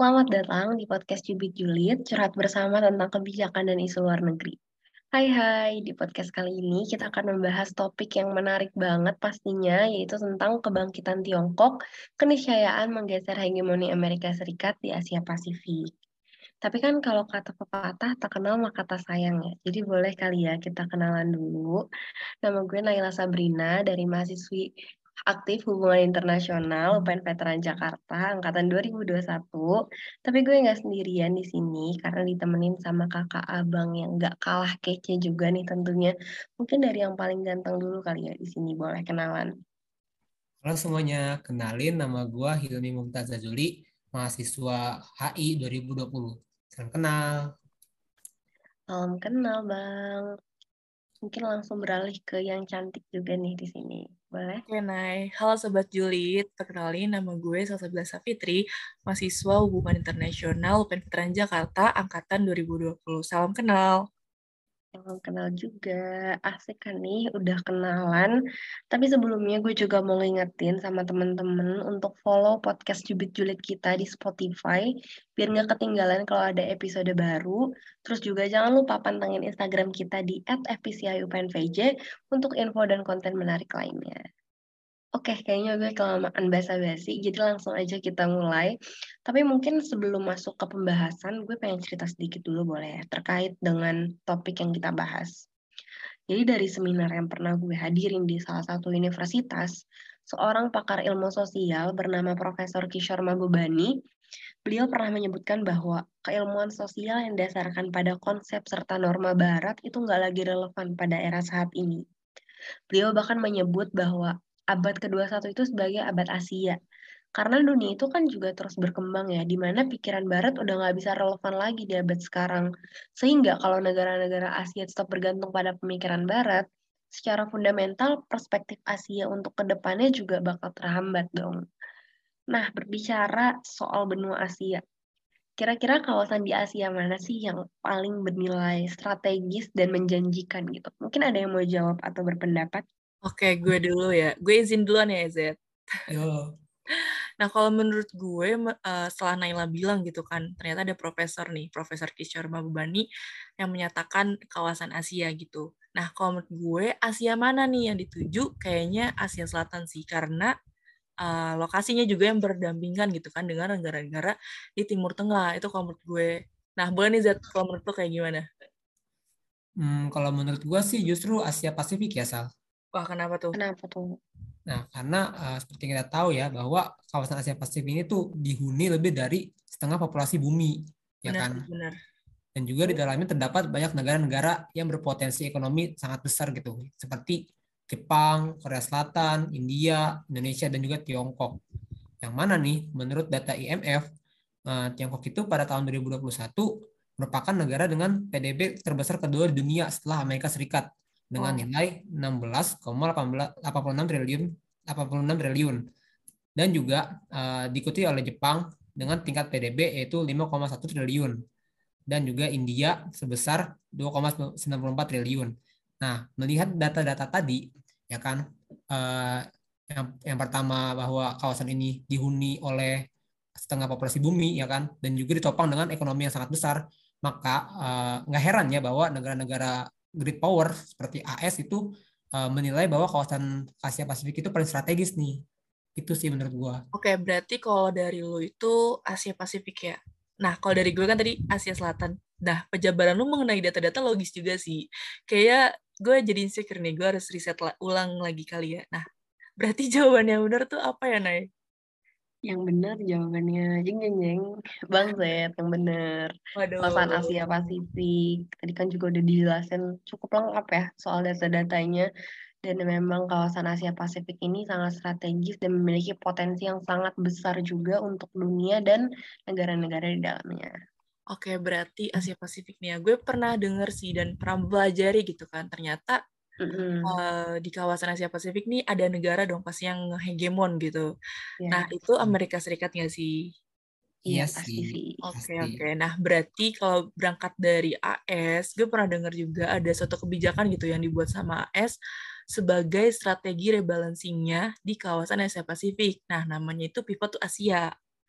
Selamat datang di podcast Cubit Julid, curhat bersama tentang kebijakan dan isu luar negeri. Hai, di podcast kali ini kita akan membahas topik yang menarik banget pastinya, yaitu tentang kebangkitan Tiongkok, keniscayaan menggeser hegemoni Amerika Serikat di Asia Pasifik. Tapi kan kalau kata pepatah, tak kenal maka tak sayang ya. Jadi boleh kali ya kita kenalan dulu. Nama gue Naila Sabrina dari mahasiswi aktif Hubungan Internasional UPN Veteran Jakarta angkatan 2021. Tapi gue nggak sendirian di sini karena ditemenin sama kakak abang yang nggak kalah kece juga nih tentunya. Mungkin dari yang paling ganteng dulu kali ya di sini boleh kenalan. Halo semuanya, kenalin nama gua Hilmi Mumtazah Juli, mahasiswa HI 2020. Salam kenal. Salam kenal bang. Mungkin langsung beralih ke yang cantik juga nih di sini. Boleh? Oke, Nay. Halo Sobat Julid, perkenalin nama gue Salsabila Safitri, mahasiswa Hubungan Internasional UPN Veteran Jakarta, Angkatan 2020. Salam kenal. Salam kenal juga, asik kan nih udah kenalan. Tapi sebelumnya gue juga mau ngingetin sama temen-temen untuk follow podcast Jubit Julid kita di Spotify, biar nggak ketinggalan kalau ada episode baru. Terus juga jangan lupa pantengin Instagram kita di @fpciupnvj untuk info dan konten menarik lainnya. Oke, kayaknya gue kelamaan basa-basi, jadi langsung aja kita mulai. Tapi mungkin sebelum masuk ke pembahasan, gue pengen cerita sedikit dulu boleh ya, terkait dengan topik yang kita bahas. Jadi dari seminar yang pernah gue hadirin di salah satu universitas, seorang pakar ilmu sosial bernama Profesor Kishore Mahbubani, beliau pernah menyebutkan bahwa keilmuan sosial yang didasarkan pada konsep serta norma barat itu nggak lagi relevan pada era saat ini. Beliau bahkan menyebut bahwa abad ke-21 itu sebagai abad Asia. Karena dunia itu kan juga terus berkembang ya, di mana pikiran Barat udah nggak bisa relevan lagi di abad sekarang. Sehingga kalau negara-negara Asia tetap bergantung pada pemikiran Barat, secara fundamental perspektif Asia untuk kedepannya juga bakal terhambat dong. Nah, berbicara soal benua Asia, kira-kira kawasan di Asia mana sih yang paling bernilai strategis dan menjanjikan gitu? Mungkin ada yang mau jawab atau berpendapat? Oke, gue dulu ya. Gue izin duluan ya, Zed. Yo, Nah, kalau menurut gue, setelah Naila bilang gitu kan, ternyata ada profesor nih, Profesor Kishore Mahbubani, yang menyatakan kawasan Asia gitu. Nah, kalau menurut gue, Asia mana nih yang dituju? Kayaknya Asia Selatan sih, karena lokasinya juga yang berdampingan gitu kan dengan negara-negara di Timur Tengah. Itu kalau menurut gue. Nah, boleh nih Zat, kalau menurut lo kayak gimana? kalau menurut gua sih justru Asia Pasifik ya, Sal. Wah, kenapa tuh? Kenapa tuh? Nah, karena seperti kita tahu ya bahwa kawasan Asia Pasifik ini tuh dihuni lebih dari setengah populasi bumi, ya Benar kan? sih, benar. Dan juga di dalamnya terdapat banyak negara-negara yang berpotensi ekonomi sangat besar gitu, seperti Jepang, Korea Selatan, India, Indonesia, dan juga Tiongkok. Yang mana nih, menurut data IMF, Tiongkok itu pada tahun 2021 merupakan negara dengan PDB terbesar kedua di dunia setelah Amerika Serikat dengan Wow. nilai 16,86 triliun dan juga diikuti oleh Jepang dengan tingkat PDB yaitu 5,1 triliun dan juga India sebesar 2,94 triliun. Nah, melihat data-data tadi ya kan eh, yang pertama bahwa kawasan ini dihuni oleh setengah populasi bumi ya kan dan juga ditopang dengan ekonomi yang sangat besar maka nggak heran ya bahwa negara-negara great power seperti AS itu menilai bahwa kawasan Asia Pasifik itu paling strategis nih itu sih menurut gua. Oke, berarti kalau dari lo itu Asia Pasifik ya. Nah, kalau dari gue kan tadi Asia Selatan. Nah, penjabaran lu mengenai data-data logis juga sih. Kayak gue jadi insecure nih, gue harus riset ulang lagi kali ya. Nah, berarti jawaban yang benar tuh apa ya, Nay? Yang benar jawabannya jeng jeng jeng Bang Zed yang benar. Kawasan Waduh. Asia Pasifik. Tadi kan juga udah dijelasin cukup lengkap ya soal data-datanya. Dan memang kawasan Asia Pasifik ini sangat strategis dan memiliki potensi yang sangat besar juga untuk dunia dan negara-negara di dalamnya. Oke, berarti Asia Pasifik nih ya. Gue pernah denger sih dan pernah pelajari gitu kan. Ternyata Mm-mm. di kawasan Asia Pasifik nih ada negara dong pasti yang hegemon gitu. Nah, Ya, itu Amerika Serikat nggak sih? iya Iya pasti sih, sih. Oke, pasti. oke. Nah, berarti kalau berangkat dari AS, gue pernah dengar juga ada suatu kebijakan gitu yang dibuat sama AS sebagai strategi rebalancingnya di kawasan Asia Pasifik. Nah, namanya itu Pivot to Asia.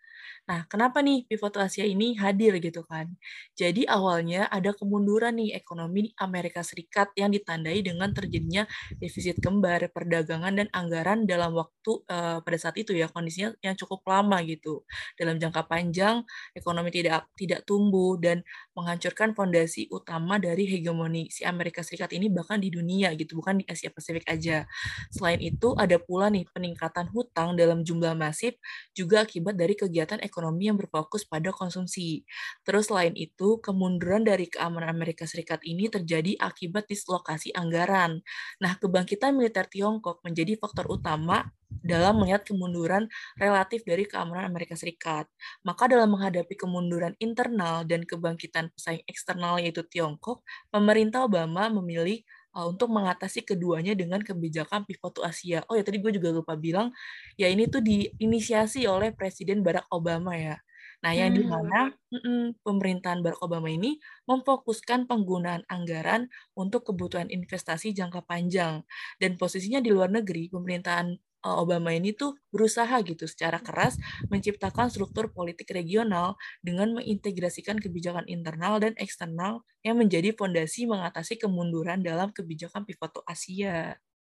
Nah, kenapa nih pivot to Asia ini hadir gitu kan? Jadi awalnya ada kemunduran nih ekonomi Amerika Serikat yang ditandai dengan terjadinya defisit kembar, perdagangan dan anggaran dalam waktu pada saat itu ya kondisinya yang cukup lama gitu. Dalam jangka panjang ekonomi tidak tumbuh dan menghancurkan fondasi utama dari hegemoni si Amerika Serikat ini bahkan di dunia gitu, bukan di Asia Pasifik aja. Selain itu ada pula nih peningkatan hutang dalam jumlah masif juga akibat dari kegiatan ekonomi yang berfokus pada konsumsi. Terus selain itu, kemunduran dari keamanan Amerika Serikat ini terjadi akibat dislokasi anggaran. Nah, kebangkitan militer Tiongkok menjadi faktor utama dalam melihat kemunduran relatif dari keamanan Amerika Serikat. Maka dalam menghadapi kemunduran internal dan kebangkitan pesaing eksternal yaitu Tiongkok, pemerintah Obama memilih untuk mengatasi keduanya dengan kebijakan pivot to Asia. Oh ya, tadi gue juga lupa bilang, ya ini tuh diinisiasi oleh Presiden Barack Obama ya. Nah, yang di mana pemerintahan Barack Obama ini memfokuskan penggunaan anggaran untuk kebutuhan investasi jangka panjang. Dan posisinya di luar negeri, pemerintahan Obama ini tuh berusaha gitu secara keras menciptakan struktur politik regional dengan mengintegrasikan kebijakan internal dan eksternal yang menjadi fondasi mengatasi kemunduran dalam kebijakan pivot to Asia.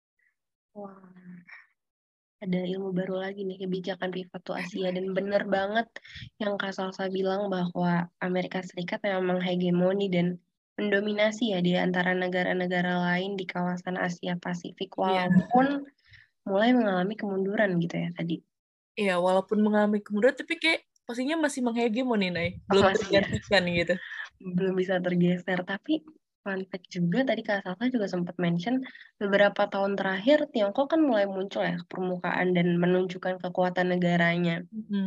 Wah, ada ilmu baru lagi nih kebijakan pivot to Asia, dan bener banget yang Kak Salsa bilang bahwa Amerika Serikat memang hegemoni dan mendominasi ya di antara negara-negara lain di kawasan Asia Pasifik, Iya. walaupun mulai mengalami kemunduran gitu ya tadi. Iya, walaupun mengalami kemunduran, tapi kayak pastinya masih menghegemoni, Nay. Belum Masih ya, tergantikan gitu. belum bisa tergeser. Tapi fun fact juga tadi Kak Salsa juga sempat mention beberapa tahun terakhir Tiongkok kan mulai muncul ya ke permukaan dan menunjukkan kekuatan negaranya.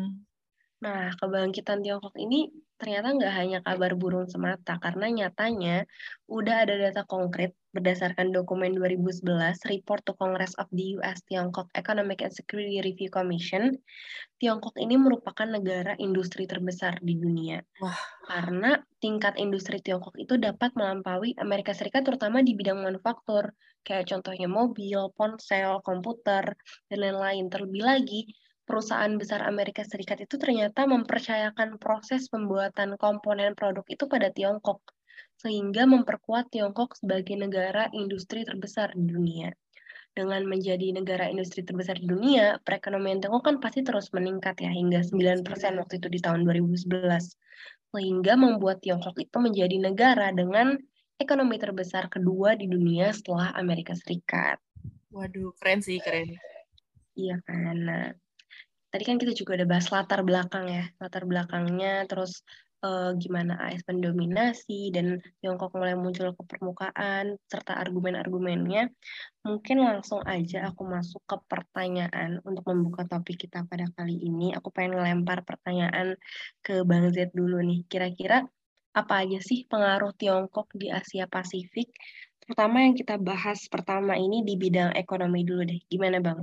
Nah, kebangkitan Tiongkok ini ternyata nggak hanya kabar burung semata, karena nyatanya udah ada data konkret berdasarkan dokumen 2011 Report to Congress of the US Tiongkok Economic and Security Review Commission. Tiongkok ini merupakan negara industri terbesar di dunia. Wah. Karena tingkat industri Tiongkok itu dapat melampaui Amerika Serikat terutama di bidang manufaktur, kayak contohnya mobil, ponsel, komputer, dan lain-lain. Terlebih lagi, perusahaan besar Amerika Serikat itu ternyata mempercayakan proses pembuatan komponen produk itu pada Tiongkok, sehingga memperkuat Tiongkok sebagai negara industri terbesar di dunia. Dengan menjadi negara industri terbesar di dunia, perekonomian Tiongkok kan pasti terus meningkat ya, hingga 9% waktu itu di tahun 2011. Sehingga membuat Tiongkok itu menjadi negara dengan ekonomi terbesar kedua di dunia setelah Amerika Serikat. Waduh, keren sih, keren. Iya kan, nah tadi kan kita juga udah bahas latar belakang ya, latar belakangnya, terus gimana AS mendominasi dan Tiongkok mulai muncul ke permukaan, serta argumen-argumennya. Mungkin langsung aja aku masuk ke pertanyaan untuk membuka topik kita pada kali ini. Aku pengen ngelempar pertanyaan ke Bang Z dulu nih. Kira-kira apa aja sih pengaruh Tiongkok di Asia Pasifik? Terutama yang kita bahas pertama ini di bidang ekonomi dulu deh. Gimana Bang?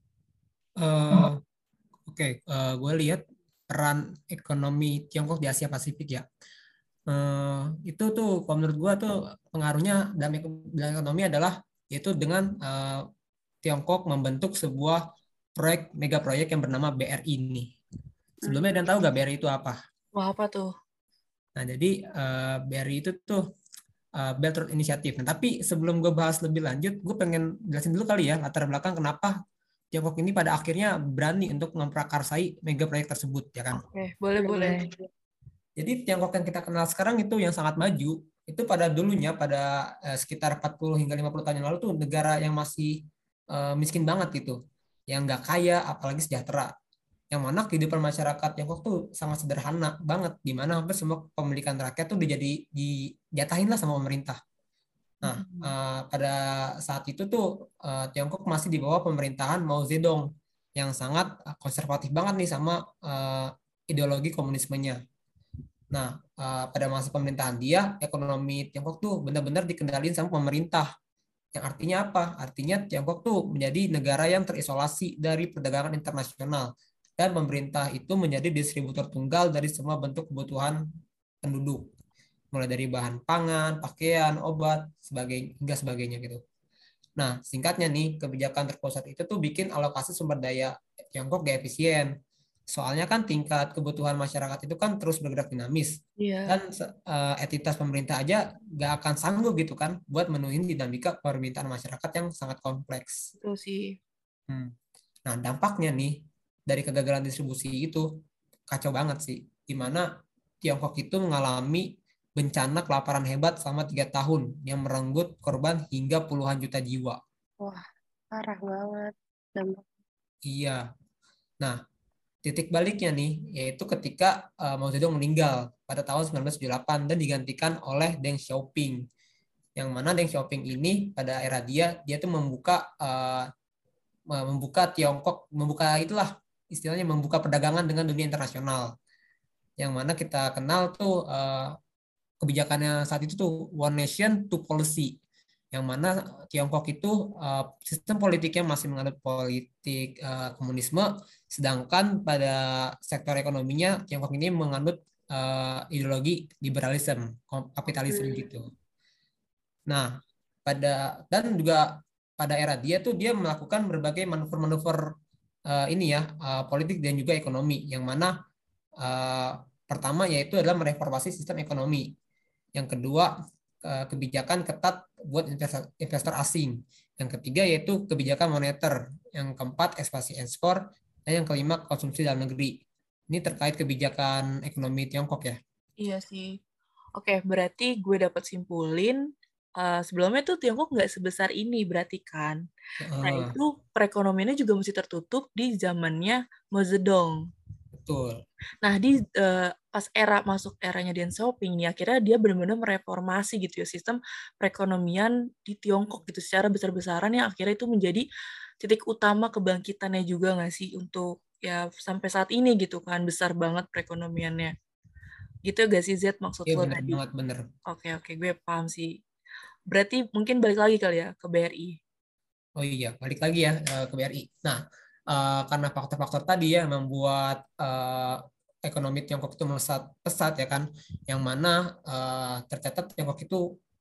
Oke, gue lihat peran ekonomi Tiongkok di Asia Pasifik ya. Itu tuh, kalau menurut gue tuh pengaruhnya dalam ekonomi adalah yaitu dengan Tiongkok membentuk sebuah mega proyek yang bernama BRI ini. Sebelumnya ada yang tahu nggak BRI itu apa? Wah, apa tuh? Nah, jadi BRI itu tuh Belt Road Initiative. Nah, tapi sebelum gue bahas lebih lanjut, gue pengen jelasin dulu kali ya latar belakang kenapa Tiongkok ini pada akhirnya berani untuk memprakarsai mega proyek tersebut, ya kan? Oke, boleh. Jadi Tiongkok yang kita kenal sekarang itu yang sangat maju, itu pada dulunya pada sekitar 40 hingga 50 tahun yang lalu tuh negara yang masih miskin banget gitu, yang nggak kaya apalagi sejahtera. Yang mana kehidupan masyarakat Tiongkok tuh sangat sederhana banget, di mana hampir semua pemilikan rakyat tuh dijatahin lah sama pemerintah. Nah, pada saat itu tuh Tiongkok masih di bawah pemerintahan Mao Zedong yang sangat konservatif banget nih sama ideologi komunismenya. Nah, pada masa pemerintahan dia, ekonomi Tiongkok tuh benar-benar dikendalikan sama pemerintah. Yang artinya apa? Artinya Tiongkok tuh menjadi negara yang terisolasi dari perdagangan internasional. Dan pemerintah itu menjadi distributor tunggal dari semua bentuk kebutuhan penduduk. Mulai dari bahan pangan, pakaian, obat, hingga sebagainya gitu. Nah, singkatnya nih, kebijakan terpusat itu tuh bikin alokasi sumber daya Tiongkok gak efisien. Soalnya kan tingkat kebutuhan masyarakat itu kan terus bergerak dinamis. Iya, Dan entitas pemerintah aja nggak akan sanggup gitu kan buat menuhin dinamika permintaan masyarakat yang sangat kompleks. betul sih. Hmm. Nah, dampaknya nih dari kegagalan distribusi itu kacau banget sih. Di mana Tiongkok itu mengalami bencana kelaparan hebat selama 3 tahun yang merenggut korban hingga puluhan juta jiwa. Wah, parah banget. Dampak. Iya. Nah, titik baliknya nih yaitu ketika Mao Zedong meninggal pada tahun 1978 dan digantikan oleh Deng Xiaoping. Yang mana Deng Xiaoping ini pada era dia tuh membuka Tiongkok, membuka itulah istilahnya membuka perdagangan dengan dunia internasional. Yang mana kita kenal tuh kebijakannya saat itu tuh One Nation, Two Policy. Yang mana Tiongkok itu sistem politiknya masih menganut politik komunisme, sedangkan pada sektor ekonominya Tiongkok ini menganut ideologi liberalisme, kapitalisme Hmm. gitu. Nah, dan juga pada era dia melakukan berbagai manuver-manuver ini ya politik dan juga ekonomi yang mana uh, pertama yaitu adalah mereformasi sistem ekonomi. Yang kedua kebijakan ketat buat investor asing. Yang ketiga yaitu kebijakan moneter. Yang keempat ekspansi ekspor dan yang kelima konsumsi dalam negeri. Ini terkait kebijakan ekonomi Tiongkok ya. Iya sih. Oke, berarti gue dapat simpulin sebelumnya tuh Tiongkok nggak sebesar ini berarti kan. Nah, Uh, itu perekonomiannya juga masih tertutup di zamannya Mao Zedong. betul. Nah, di pas masuk eranya Deng Xiaoping nih, akhirnya dia benar-benar mereformasi gitu ya sistem perekonomian di Tiongkok gitu secara besar-besaran yang akhirnya itu menjadi titik utama kebangkitannya juga nggak sih untuk ya sampai saat ini gitu kan besar banget perekonomiannya. Gitu gak sih Z maksud Iya lo benar tadi? banget benar. Oke, oke, gue paham sih. Berarti mungkin balik lagi kali ya ke BRI. Oh iya, balik lagi ya ke BRI. Nah, karena faktor-faktor tadi ya membuat ekonomi Tiongkok itu melesat pesat ya kan, yang mana tercatat Tiongkok itu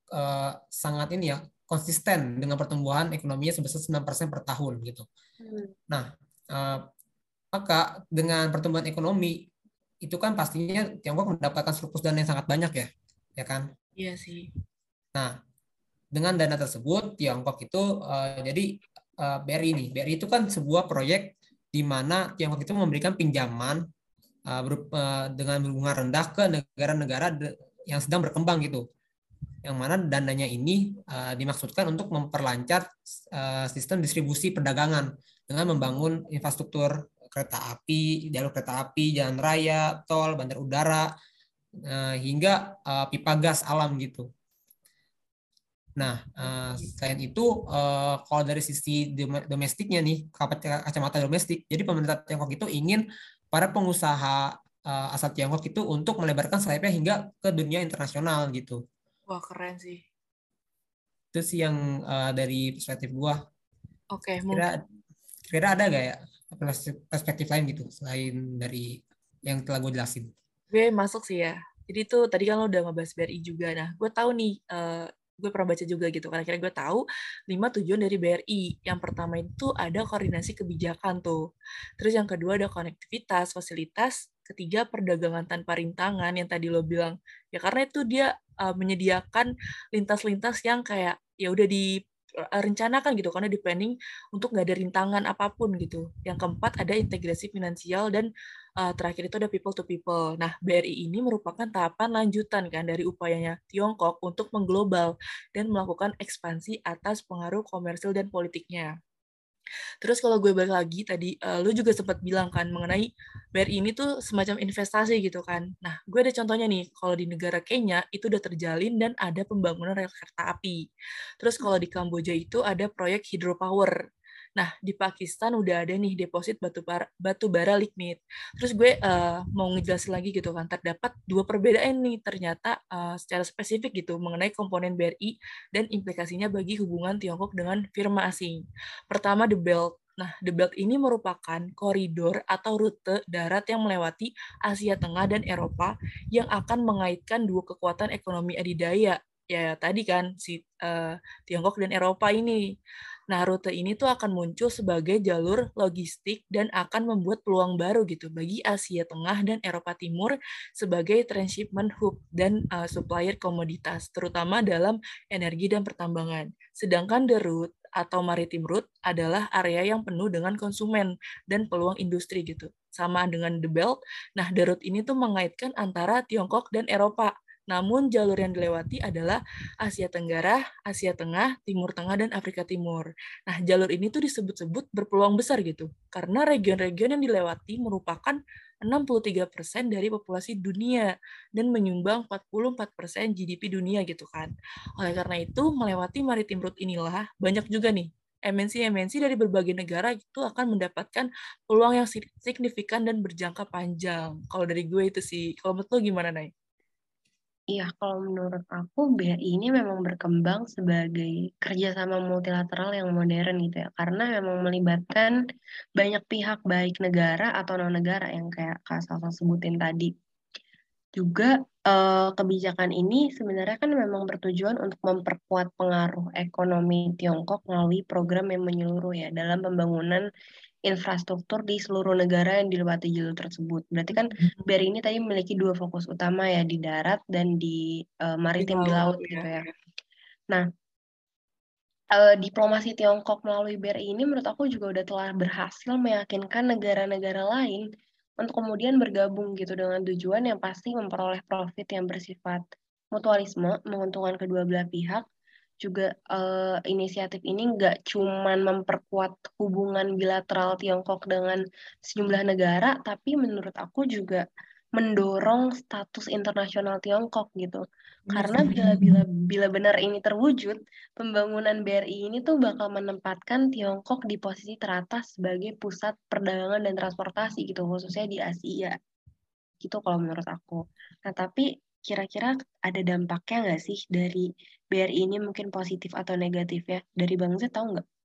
sangat ini ya konsisten dengan pertumbuhan ekonominya sebesar 9% per tahun gitu. Hmm. Nah, eh, maka dengan pertumbuhan ekonomi itu kan pastinya Tiongkok mendapatkan surplus dana yang sangat banyak ya kan. Iya sih. Nah, dengan dana tersebut Tiongkok itu jadi BRI ini. BRI itu kan sebuah proyek di mana Tiongkok itu memberikan pinjaman dengan berbunga rendah ke negara-negara yang sedang berkembang gitu. Yang mana dananya ini dimaksudkan untuk memperlancar sistem distribusi perdagangan dengan membangun infrastruktur kereta api, jalur kereta api, jalan raya, tol, bandar udara, hingga pipa gas alam gitu. Nah, selain itu, kalau dari sisi domestiknya nih, kacamata domestik, jadi pemerintah Tiongkok itu ingin para pengusaha asal Tiongkok itu untuk melebarkan sayapnya hingga ke dunia internasional gitu. Wah, keren sih. Itu sih yang dari perspektif gua. Oke, Kira, mungkin kira ada gak ya perspektif lain gitu selain dari yang telah gue jelasin? gue masuk sih ya. Jadi tuh tadi kan lo udah ngebahas BRI juga. Nah, gue tahu nih, gue pernah baca juga gitu. Karena akhirnya gue tahu 5 tujuan dari BRI. Yang pertama itu ada koordinasi kebijakan tuh. Terus yang kedua ada konektivitas, fasilitas. Ketiga perdagangan tanpa rintangan yang tadi lo bilang. Ya karena itu dia menyediakan lintas-lintas yang kayak ya udah direncanakan gitu karena di planning untuk nggak ada rintangan apapun gitu. Yang keempat ada integrasi finansial dan terakhir itu ada people to people. Nah, BRI ini merupakan tahapan lanjutan kan dari upayanya Tiongkok untuk mengglobal dan melakukan ekspansi atas pengaruh komersil dan politiknya. Terus kalau gue balik lagi tadi, lu juga sempat bilang kan mengenai BRI ini tuh semacam investasi gitu kan. Nah, gue ada contohnya nih, kalau di negara Kenya itu udah terjalin dan ada pembangunan rel kereta api. Terus kalau di Kamboja itu ada proyek hydropower. Nah, di Pakistan udah ada nih deposit batu bara lignit. Terus gue mau ngejelasin lagi gitu kan, terdapat dua perbedaan nih ternyata secara spesifik gitu mengenai komponen BRI dan implikasinya bagi hubungan Tiongkok dengan firma asing. Pertama, The Belt. Nah, The Belt ini merupakan koridor atau rute darat yang melewati Asia Tengah dan Eropa yang akan mengaitkan dua kekuatan ekonomi adidaya. Ya, tadi kan si Tiongkok dan Eropa ini. Nah, rute ini tuh akan muncul sebagai jalur logistik dan akan membuat peluang baru gitu bagi Asia Tengah dan Eropa Timur sebagai transshipment hub dan supplier komoditas, terutama dalam energi dan pertambangan. Sedangkan the route atau maritim route adalah area yang penuh dengan konsumen dan peluang industri gitu. Sama dengan the belt, nah the route ini tuh mengaitkan antara Tiongkok dan Eropa. Namun jalur yang dilewati adalah Asia Tenggara, Asia Tengah, Timur Tengah, dan Afrika Timur. Nah, jalur ini tuh disebut-sebut berpeluang besar gitu, karena region-region yang dilewati merupakan 63% dari populasi dunia dan menyumbang 44% GDP dunia gitu kan. Oleh karena itu, melewati maritim route inilah banyak juga nih MNC dari berbagai negara itu akan mendapatkan peluang yang signifikan dan berjangka panjang. Kalau dari gue itu sih. Kalau menurut lo gimana, Nay? Iya, kalau menurut aku BRI ini memang berkembang sebagai kerjasama multilateral yang modern gitu ya, karena memang melibatkan banyak pihak baik negara atau non-negara yang kayak Kak Salsa sebutin tadi. Juga kebijakan ini sebenarnya kan memang bertujuan untuk memperkuat pengaruh ekonomi Tiongkok melalui program yang menyeluruh ya dalam pembangunan infrastruktur di seluruh negara yang dilewati jalur tersebut. Berarti kan BRI ini tadi memiliki dua fokus utama ya di darat dan di maritim di laut gitu ya. Nah, diplomasi Tiongkok melalui BRI ini menurut aku juga udah telah berhasil meyakinkan negara-negara lain untuk kemudian bergabung gitu dengan tujuan yang pasti memperoleh profit yang bersifat mutualisme, menguntungkan kedua belah pihak. Juga inisiatif ini nggak cuman memperkuat hubungan bilateral Tiongkok dengan sejumlah negara, tapi menurut aku juga mendorong status internasional Tiongkok gitu. Karena bila benar ini terwujud, pembangunan BRI ini tuh bakal menempatkan Tiongkok di posisi teratas sebagai pusat perdagangan dan transportasi gitu, khususnya di Asia. Gitu kalau menurut aku. Nah, tapi kira-kira ada dampaknya nggak sih dari BRI ini mungkin positif atau negatif ya? Dari Bang Z tahu nggak?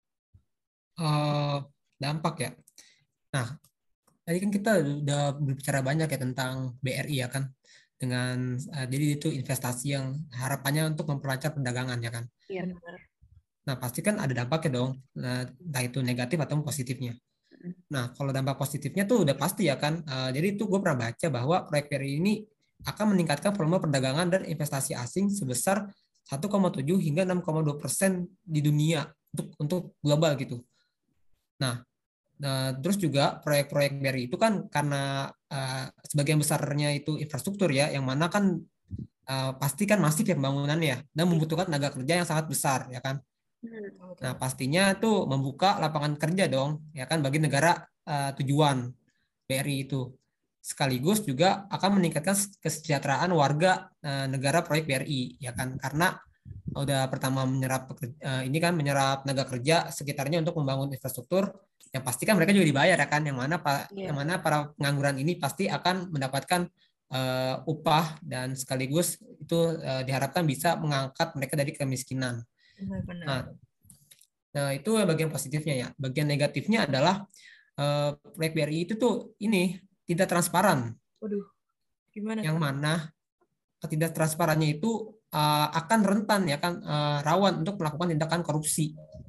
Dampak ya. Nah, tadi kan kita udah berbicara banyak ya tentang BRI ya kan, dengan jadi itu investasi yang harapannya untuk memperlancar perdagangan ya kan. Iya. Nah, pasti kan ada dampaknya dong, entah itu negatif atau positifnya. Nah, kalau dampak positifnya tuh udah pasti ya kan. Jadi itu gue pernah baca bahwa proyek BRI ini akan meningkatkan volume perdagangan dan investasi asing sebesar 1,7 hingga 6,2% di dunia untuk global gitu. Nah, terus juga proyek-proyek BRI itu kan karena sebagian besarnya itu infrastruktur ya, yang mana kan pasti kan masif ya pembangunannya dan membutuhkan tenaga kerja yang sangat besar ya kan. Nah, pastinya tuh membuka lapangan kerja dong ya kan bagi negara tujuan BRI itu. Sekaligus juga akan meningkatkan kesejahteraan warga negara proyek BRI ya kan, karena udah pertama menyerap ini kan menyerap tenaga kerja sekitarnya untuk membangun infrastruktur yang pasti kan mereka juga dibayar ya kan, yang mana para pengangguran ini pasti akan mendapatkan upah dan sekaligus itu diharapkan bisa mengangkat mereka dari kemiskinan. Benar-benar. Nah, itu bagian positifnya ya. Bagian negatifnya adalah proyek BRI itu tuh ini tidak transparan. Waduh, gimana Yang tuh? mana ketidaktransparannya itu akan rentan ya kan, rawan untuk melakukan tindakan korupsi.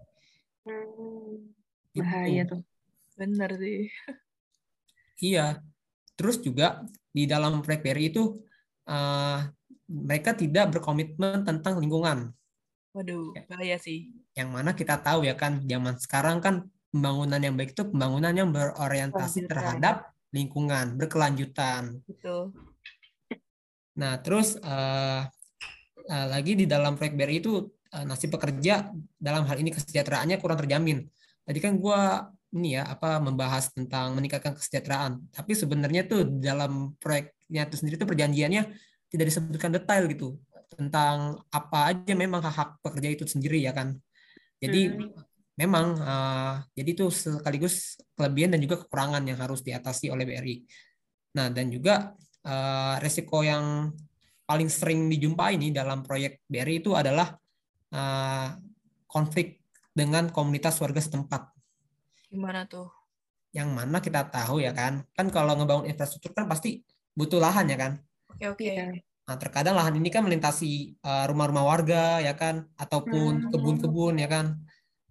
Bahaya Gitu. tuh. Benar sih. Iya. Terus juga di dalam proyek BRI itu mereka tidak berkomitmen tentang lingkungan. Waduh, bahaya sih. Yang mana kita tahu ya kan, zaman sekarang kan pembangunan yang baik itu pembangunan yang berorientasi terhadap lingkungan, berkelanjutan. Betul. Nah, terus lagi di dalam proyek BRI itu nasib pekerja dalam hal ini kesejahteraannya kurang terjamin. Tadi kan gue ini ya membahas tentang meningkatkan kesejahteraan, tapi sebenarnya tuh dalam proyeknya itu sendiri tuh perjanjiannya tidak disebutkan detail gitu tentang apa aja memang hak pekerja itu sendiri ya kan. Jadi memang jadi itu sekaligus kelebihan dan juga kekurangan yang harus diatasi oleh BRI. Nah, dan juga resiko yang paling sering dijumpai nih dalam proyek BRI itu adalah konflik dengan komunitas warga setempat. Gimana tuh? Yang mana kita tahu ya kan kalau ngebangun infrastruktur kan pasti butuh lahan ya kan. Oke. Nah, terkadang lahan ini kan melintasi rumah-rumah warga ya kan, ataupun kebun-kebun ya kan.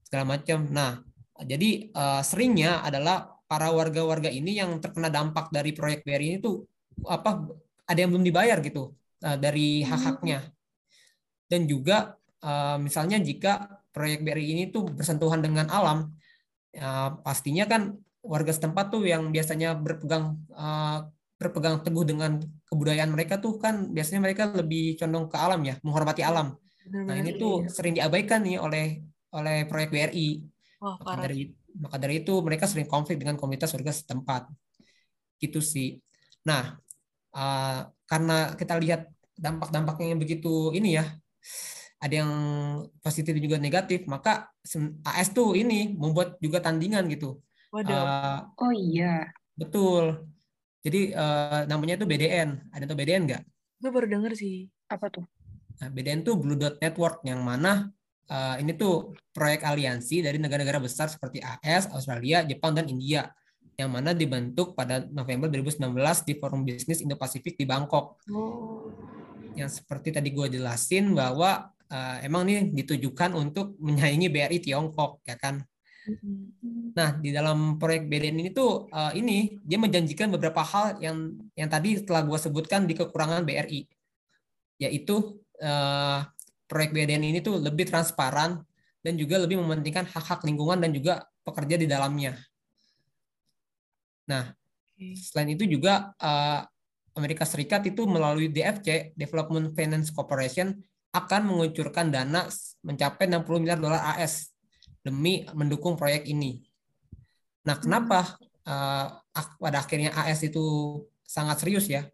segala macam. Nah, jadi seringnya adalah para warga-warga ini yang terkena dampak dari proyek BRI ini tuh ada yang belum dibayar gitu dari hak-haknya. Dan juga misalnya jika proyek BRI ini tuh bersentuhan dengan alam, pastinya kan warga setempat tuh yang biasanya berpegang teguh dengan kebudayaan mereka tuh kan biasanya mereka lebih condong ke alam ya, menghormati alam. Nah, Benar-benar ini iya, tuh iya. sering diabaikan nih oleh proyek BRI. Wah, Maka parah. dari itu mereka sering konflik dengan komunitas warga setempat. Gitu sih. Nah, karena kita lihat dampak-dampaknya yang begitu ini ya, ada yang positif juga negatif, maka AS tuh ini membuat juga tandingan gitu. Waduh, Eh, Oh iya, betul. Jadi namanya itu BDN. Ada yang tahu BDN nggak? gue baru denger sih. apa tuh? Nah, BDN tuh Blue Dot Network yang mana ini tuh proyek aliansi dari negara-negara besar seperti AS, Australia, Jepang, dan India yang mana dibentuk pada November 2019 di Forum Bisnis Indo-Pasifik di Bangkok. Oh, Yang seperti tadi gue jelasin bahwa emang nih ditujukan untuk menyaingi BRI Tiongkok, ya kan? Nah, di dalam proyek BDN ini tuh ini dia menjanjikan beberapa hal yang tadi telah gue sebutkan di kekurangan BRI, yaitu proyek BDN ini tuh lebih transparan dan juga lebih mementingkan hak-hak lingkungan dan juga pekerja di dalamnya. Nah, selain itu juga Amerika Serikat itu melalui DFC, Development Finance Corporation, akan mengucurkan dana mencapai 60 miliar dolar AS demi mendukung proyek ini. Nah, kenapa pada akhirnya AS itu sangat serius ya?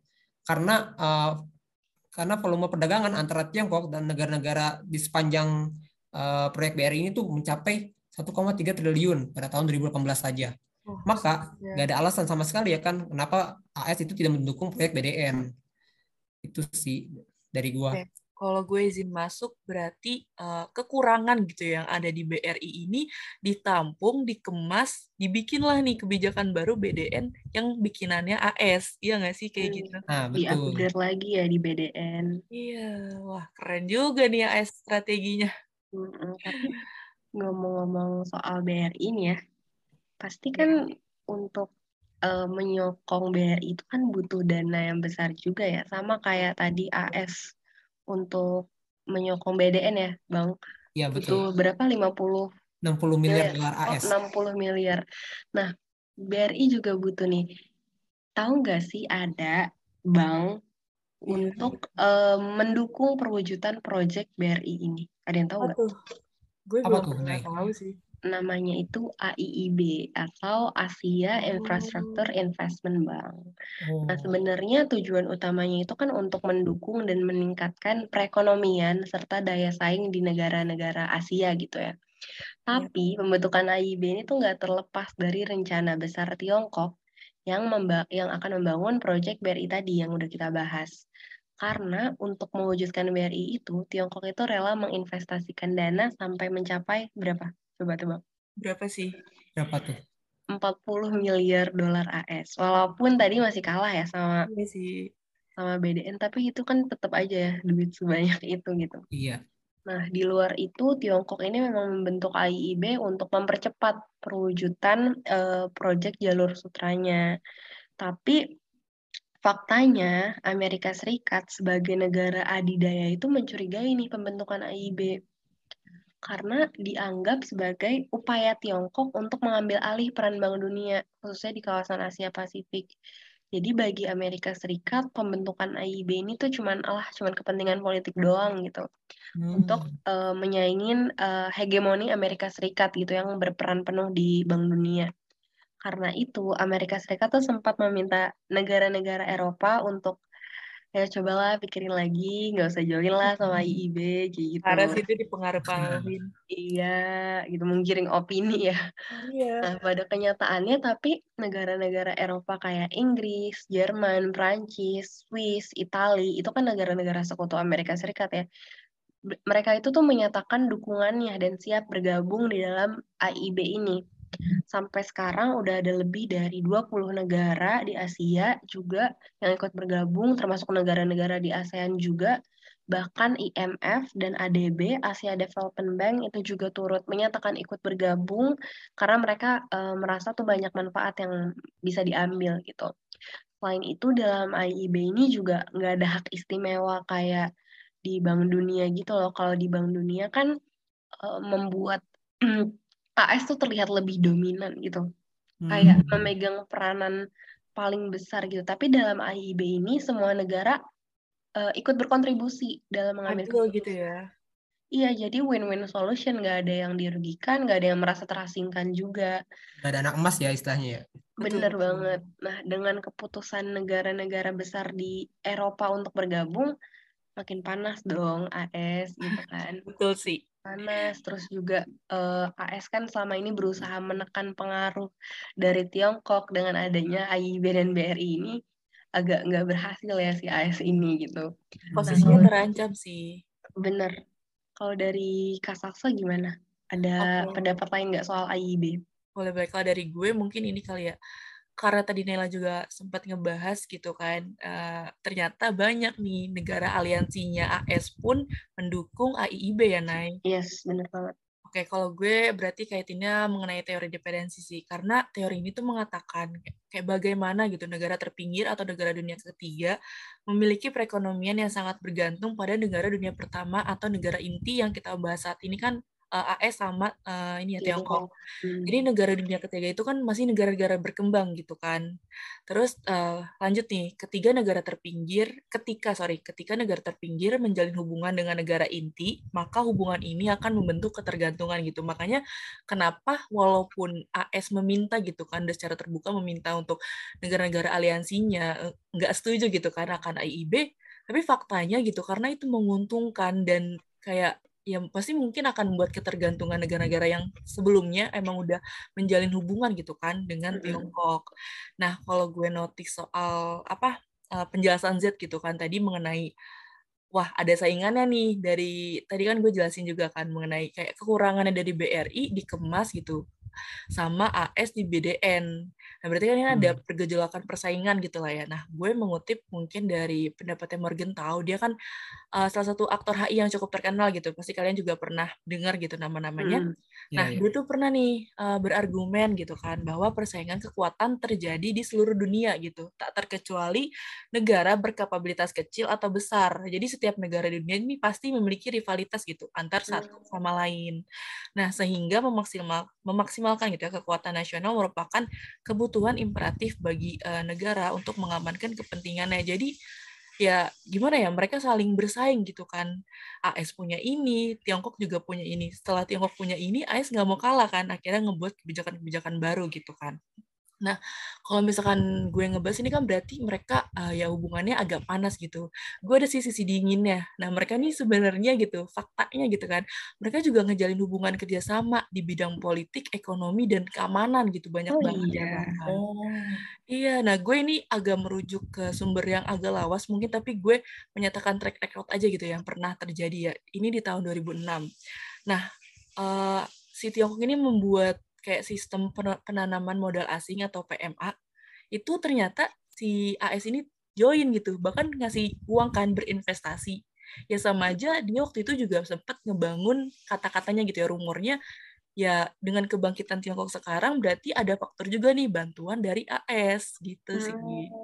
Karena volume perdagangan antara Tiongkok dan negara-negara di sepanjang proyek BRI ini tuh mencapai 1,3 triliun pada tahun 2018 saja. oh, Maka ya. nggak ada alasan sama sekali ya kan kenapa AS itu tidak mendukung proyek BDN. Itu sih dari gua. Oke. Kalau gue izin masuk, berarti kekurangan gitu yang ada di BRI ini ditampung, dikemas, dibikinlah nih kebijakan baru BDN yang bikinannya AS. Iya nggak sih kayak gitu? Nah, betul. Di-upgrade lagi ya di BDN. Iya, wah keren juga nih AS strateginya. Tapi ngomong-ngomong soal BRI ini ya, pasti kan untuk menyokong BRI itu kan butuh dana yang besar juga ya. Sama kayak tadi AS untuk menyokong BDN ya, Bang. Iya, betul. Butuh berapa? 50 60 miliar miliar. dolar Oh, AS. 60 miliar. Nah, BRI juga butuh nih. Tahu nggak sih ada bank untuk mendukung perwujudan proyek BRI ini? Ada yang tahu Apa nggak? tuh? Gue Apa belum tuh, pernah Nay? tahu sih. Namanya itu AIIB atau Asia Infrastructure Investment Bank. Nah, Oh, sebenarnya tujuan utamanya itu kan untuk mendukung dan meningkatkan perekonomian serta daya saing di negara-negara Asia gitu ya. Ya. Tapi pembentukan AIIB ini tuh nggak terlepas dari rencana besar Tiongkok yang akan membangun proyek BRI tadi yang udah kita bahas. Karena untuk mewujudkan BRI itu, Tiongkok itu rela menginvestasikan dana sampai mencapai berapa? Coba tebak. Berapa sih? berapa tuh? 40 miliar dolar AS. Walaupun tadi masih kalah ya sama Iya sih. sama BDN, tapi itu kan tetap aja ya duit sebanyak itu gitu. Iya. Nah, di luar itu Tiongkok ini memang membentuk AIIB untuk mempercepat perwujudan proyek jalur sutranya. Tapi faktanya Amerika Serikat sebagai negara adidaya itu mencurigai nih pembentukan AIIB karena dianggap sebagai upaya Tiongkok untuk mengambil alih peran Bank Dunia, khususnya di kawasan Asia Pasifik. Jadi bagi Amerika Serikat, pembentukan AIIB ini tuh cuman kepentingan politik doang gitu, untuk menyaingin hegemoni Amerika Serikat gitu yang berperan penuh di Bank Dunia. Karena itu, Amerika Serikat tuh sempat meminta negara-negara Eropa untuk ya cobalah pikirin lagi, nggak usah join lah sama IIB gitu. Harus itu dipengaruh-pengaruhin. Iya, gitu menggiring opini ya. Iya. Nah, pada kenyataannya tapi negara-negara Eropa kayak Inggris, Jerman, Prancis, Swiss, Italia itu kan negara-negara sekutu Amerika Serikat ya. Mereka itu tuh menyatakan dukungannya dan siap bergabung di dalam AIB ini. Sampai sekarang udah ada lebih dari 20 negara di Asia juga yang ikut bergabung, termasuk negara-negara di ASEAN juga, Bahkan IMF dan ADB, Asia Development Bank, itu juga turut menyatakan ikut bergabung karena mereka merasa tuh banyak manfaat yang bisa diambil gitu. Selain itu dalam IIB ini juga nggak ada hak istimewa kayak di Bank Dunia gitu loh. Kalau di Bank Dunia kan membuat AS tuh terlihat lebih dominan gitu. Kayak memegang peranan paling besar gitu. Tapi dalam IIB ini semua negara ikut berkontribusi dalam mengambil Adil gitu keputusan. ya. Iya, jadi win-win solution. Nggak ada yang dirugikan, nggak ada yang merasa terasingkan juga. Nggak ada anak emas ya istilahnya ya. Betul, Bener betul. banget. Nah, dengan keputusan negara-negara besar di Eropa untuk bergabung, makin panas dong AS gitu kan. Betul sih. Panas, terus juga AS kan selama ini berusaha menekan pengaruh dari Tiongkok dengan adanya AIIB dan BRI ini agak nggak berhasil ya si AS ini gitu. Nah, Posisinya kalau terancam sih. bener, kalau dari Kak Sakso gimana? Ada Oke. pendapat lain nggak soal AIIB? Boleh baik kalau dari gue mungkin ini kali ya. Karena tadi Nela juga sempat ngebahas gitu kan, ternyata banyak nih negara aliansinya AS pun mendukung AIIB ya, Nay. Yes, bener banget. Oke, kalau gue berarti kaitinnya mengenai teori dependensi sih. Karena teori ini tuh mengatakan kayak bagaimana gitu negara terpinggir atau negara dunia ketiga memiliki perekonomian yang sangat bergantung pada negara dunia pertama atau negara inti yang kita bahas saat ini kan AS sama ini ya Tiongkok. Jadi negara dunia ketiga itu kan masih negara-negara berkembang gitu kan. Terus lanjut nih, ketika negara terpinggir menjalin hubungan dengan negara inti, maka hubungan ini akan membentuk ketergantungan gitu. Makanya kenapa walaupun AS meminta gitu kan, dan secara terbuka meminta untuk negara-negara aliansinya nggak setuju gitu kan akan AIIB, tapi faktanya gitu karena itu menguntungkan dan kayak ya pasti mungkin akan membuat ketergantungan negara-negara yang sebelumnya emang udah menjalin hubungan gitu kan dengan Tiongkok. Nah, kalau gue notice soal penjelasan Z gitu kan tadi mengenai wah ada saingannya nih dari tadi kan gue jelasin juga kan mengenai kayak kekurangannya dari BRI dikemas gitu sama AS di BDN. Nah, berarti kan ini ada pergejolakan persaingan gitu lah ya. Nah, gue mengutip mungkin dari pendapatnya Morgan Tao, dia kan salah satu aktor HI yang cukup terkenal gitu. Pasti kalian juga pernah dengar gitu nama-namanya. Nah, dia tuh pernah nih berargumen gitu kan bahwa persaingan kekuatan terjadi di seluruh dunia gitu. Tak terkecuali negara berkapabilitas kecil atau besar. Jadi setiap negara di dunia ini pasti memiliki rivalitas gitu antar satu sama lain. Nah, sehingga memaksimalkan gitu ya kekuatan nasional merupakan kebutuhan imperatif bagi negara untuk mengamankan kepentingannya. Jadi ya gimana ya mereka saling bersaing gitu kan. AS punya ini, Tiongkok juga punya ini. Setelah Tiongkok punya ini, AS nggak mau kalah kan. Akhirnya ngebuat kebijakan-kebijakan baru gitu kan. Nah, kalau misalkan gue ngebahas ini kan berarti mereka ya hubungannya agak panas gitu. Gue ada sisi dinginnya. Nah, mereka nih sebenarnya gitu, faktanya gitu kan. Mereka juga ngejalin hubungan kerjasama di bidang politik, ekonomi, dan keamanan gitu. Banyak banget ya bahkan. Iya, nah gue ini agak merujuk ke sumber yang agak lawas mungkin, tapi gue menyatakan track record aja gitu yang pernah terjadi ya. Ini di tahun 2006. Nah, si Tiongkok ini membuat kayak sistem penanaman modal asing atau PMA, itu ternyata si AS ini join gitu, bahkan ngasih uang kan berinvestasi. Ya sama aja dia waktu itu juga sempat ngebangun kata-katanya gitu ya, rumornya ya dengan kebangkitan Tiongkok sekarang berarti ada faktor juga nih bantuan dari AS gitu sih.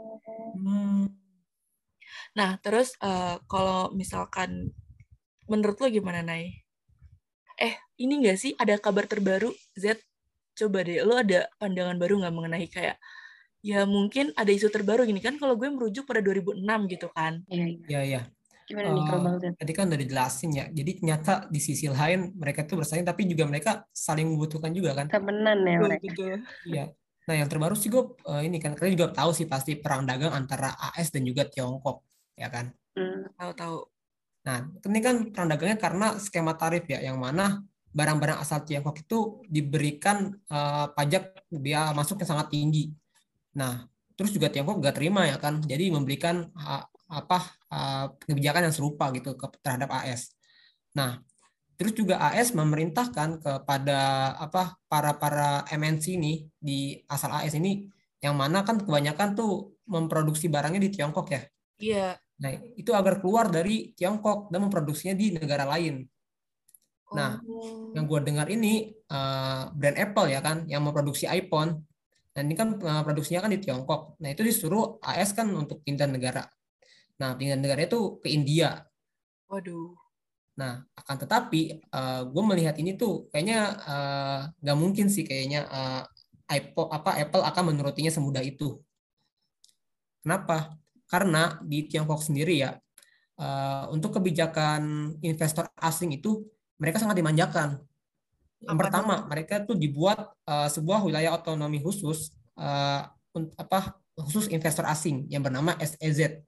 Nah, terus kalau misalkan menurut lo gimana, Nay? Ini nggak sih ada kabar terbaru, Z? Coba deh, lo ada pandangan baru nggak mengenai kayak, ya mungkin ada isu terbaru gini kan, kalau gue merujuk pada 2006 gitu kan. Iya. Gimana nih kalau Bang Zed? Tadi kan udah dijelasin ya. Jadi ternyata di sisi lain mereka tuh bersaing, tapi juga mereka saling membutuhkan juga kan. Temenan ya mereka. Betul. Iya. Nah yang terbaru sih gue ini kan kalian juga tahu sih pasti perang dagang antara AS dan juga Tiongkok, ya kan. Tahu. Nah ini kan perang dagangnya karena skema tarif ya, yang mana barang-barang asal Tiongkok itu diberikan pajak biaya masuk yang sangat tinggi. Nah terus juga Tiongkok nggak terima ya kan, jadi memberikan kebijakan yang serupa gitu terhadap AS. Nah, terus juga AS memerintahkan kepada para MNC ini di asal AS ini, yang mana kan kebanyakan tuh memproduksi barangnya di Tiongkok ya. Iya. Nah, itu agar keluar dari Tiongkok dan memproduksinya di negara lain. Nah, yang gue dengar ini brand Apple ya kan yang memproduksi iPhone. Nah, ini kan produksinya kan di Tiongkok. Nah, itu disuruh AS kan untuk pindah negara. Nah, pindah negara itu ke India. Waduh. Nah, akan tetapi gue melihat ini tuh kayaknya nggak mungkin sih kayaknya Apple akan menurutinya semudah itu. Kenapa? Karena di Tiongkok sendiri ya untuk kebijakan investor asing itu mereka sangat dimanjakan. Yang Apa pertama, tuh? mereka tuh dibuat sebuah wilayah otonomi khusus khusus investor asing yang bernama SEZ.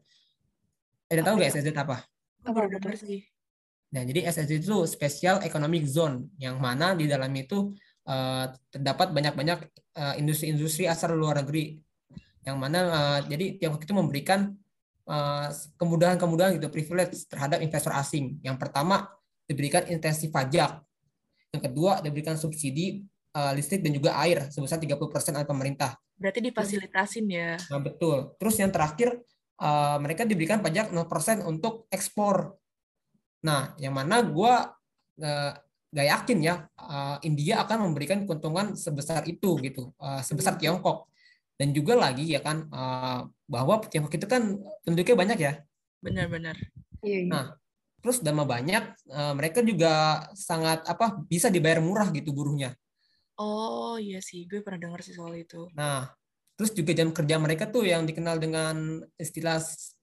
Ada tahu Apa nggak itu? SEZ apa? Aku baru dengar sih. Nah, jadi SEZ itu Special Economic Zone, yang mana di dalam itu terdapat banyak-banyak industri-industri asal luar negeri, yang mana jadi Tiongkok itu memberikan kemudahan-kemudahan gitu, privilege terhadap investor asing. Yang pertama, diberikan intensif pajak. Yang kedua, diberikan subsidi listrik dan juga air sebesar 30% oleh pemerintah. Berarti difasilitasin ya. Nah, betul. Terus yang terakhir, mereka diberikan pajak 0% untuk ekspor. Nah, yang mana gue gak yakin ya India akan memberikan keuntungan sebesar itu gitu, sebesar Tiongkok. Dan juga lagi ya kan bahwa Tiongkok itu kan penduduknya banyak ya. Benar-benar. Nah, terus dama banyak, mereka juga sangat bisa dibayar murah gitu buruhnya. Oh iya sih, gue pernah dengar sih soal itu. Nah, terus juga jam kerja mereka tuh yang dikenal dengan istilah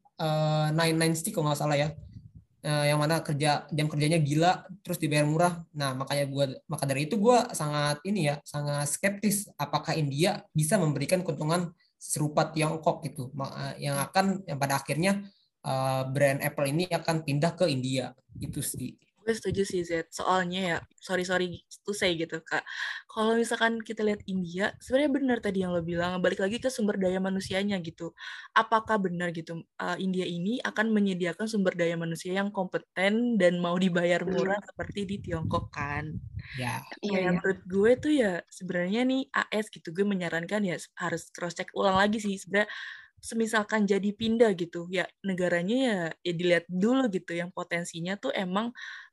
nine stick kalau nggak salah ya. Yang mana jam kerjanya gila terus dibayar murah. Nah, maka dari itu gue sangat sangat skeptis apakah India bisa memberikan keuntungan serupa Tiongkok gitu. Yang pada akhirnya brand Apple ini akan pindah ke India itu sih. Gue setuju sih Z, soalnya ya sorry to say gitu Kak, kalau misalkan kita lihat India sebenarnya benar tadi yang lo bilang, balik lagi ke sumber daya manusianya gitu. Apakah benar gitu India ini akan menyediakan sumber daya manusia yang kompeten dan mau dibayar murah seperti di Tiongkok kan? Ya. Kayak menurut gue tuh ya sebenarnya nih AS gitu, gue menyarankan ya harus cross check ulang lagi sih sebenarnya. Semisalkan jadi pindah gitu ya negaranya ya dilihat dulu gitu yang potensinya tuh emang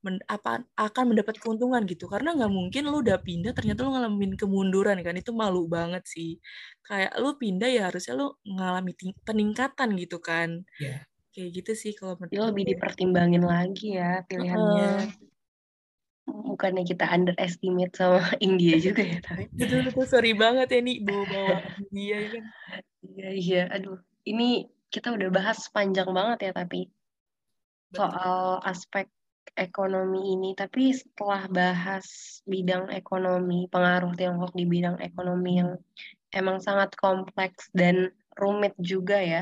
akan mendapat keuntungan gitu, karena nggak mungkin lu udah pindah ternyata lu ngalamin kemunduran kan, itu malu banget sih. Kayak lu pindah ya harusnya lu ngalami peningkatan gitu kan. Ya. Kayak gitu sih kalau menurut Dia lebih gue. dipertimbangin lagi ya pilihannya. Bukannya kita underestimate sama India juga ya, tapi. Betul, sorry banget ya nih bawa-bawa India ya kan. Iya. Aduh, ini kita udah bahas panjang banget ya, tapi soal aspek ekonomi ini. Tapi setelah bahas bidang ekonomi, pengaruh Tiongkok di bidang ekonomi yang emang sangat kompleks dan rumit juga ya.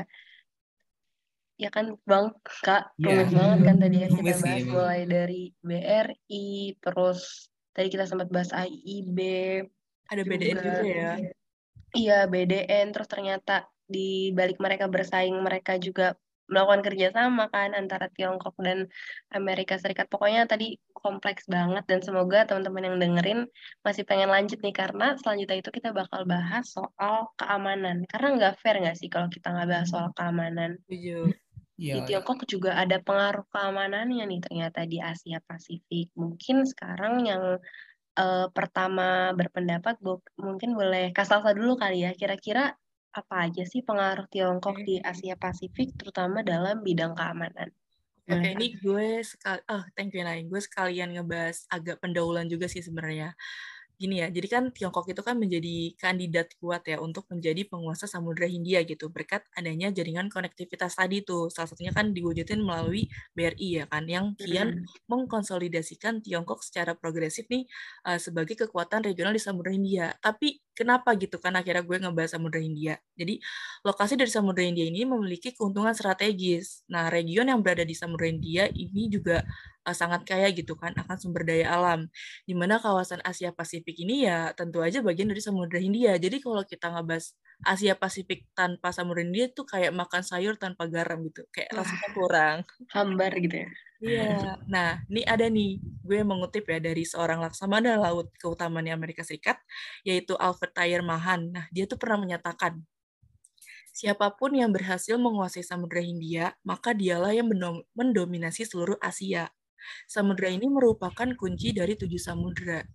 Ya kan Bang, Kak, rumit banget kan tadi ya kita Rumit sih bahas emang. mulai dari BRI, terus tadi kita sempat bahas AIIB, Ada BDN juga ya. Iya, BDN, terus ternyata di balik mereka bersaing, mereka juga melakukan kerjasama kan antara Tiongkok dan Amerika Serikat. Pokoknya tadi kompleks banget dan semoga teman-teman yang dengerin masih pengen lanjut nih karena selanjutnya itu kita bakal bahas soal keamanan. Karena nggak fair nggak sih kalau kita nggak bahas soal keamanan. Setuju. Di Iya. Tiongkok juga ada pengaruh keamanannya nih ternyata di Asia Pasifik. Mungkin sekarang yang pertama berpendapat mungkin boleh Kak Salsa dulu kali ya. Kira-kira apa aja sih pengaruh Tiongkok di Asia Pasifik terutama dalam bidang keamanan? Oke, ini gue thank you Nay. Gue sekalian ngebahas agak pendahuluan juga sih sebenarnya. Gini ya, jadi kan Tiongkok itu kan menjadi kandidat kuat ya untuk menjadi penguasa Samudra Hindia gitu, berkat adanya jaringan konektivitas tadi tuh. Salah satunya kan diwujudin melalui BRI ya kan, yang kian mengkonsolidasikan Tiongkok secara progresif nih sebagai kekuatan regional di Samudra Hindia. Tapi kenapa gitu kan akhirnya gue ngebahas Samudra Hindia. Jadi lokasi dari Samudra Hindia ini memiliki keuntungan strategis. Nah, region yang berada di Samudra Hindia ini juga sangat kaya gitu kan akan sumber daya alam, di mana kawasan Asia Pasifik ini ya tentu aja bagian dari Samudra Hindia. Jadi kalau kita ngebahas Asia Pasifik tanpa Samudra Hindia tuh kayak makan sayur tanpa garam gitu, kayak rasanya kurang. Hambar gitu ya. Iya, nah ini ada nih, gue mengutip ya dari seorang laksamana laut keutamaan Amerika Serikat, yaitu Alfred Thayer Mahan. Nah, dia tuh pernah menyatakan, Siapapun yang berhasil menguasai Samudra Hindia, maka dialah yang mendominasi seluruh Asia. Samudra ini merupakan kunci dari 7 samudra.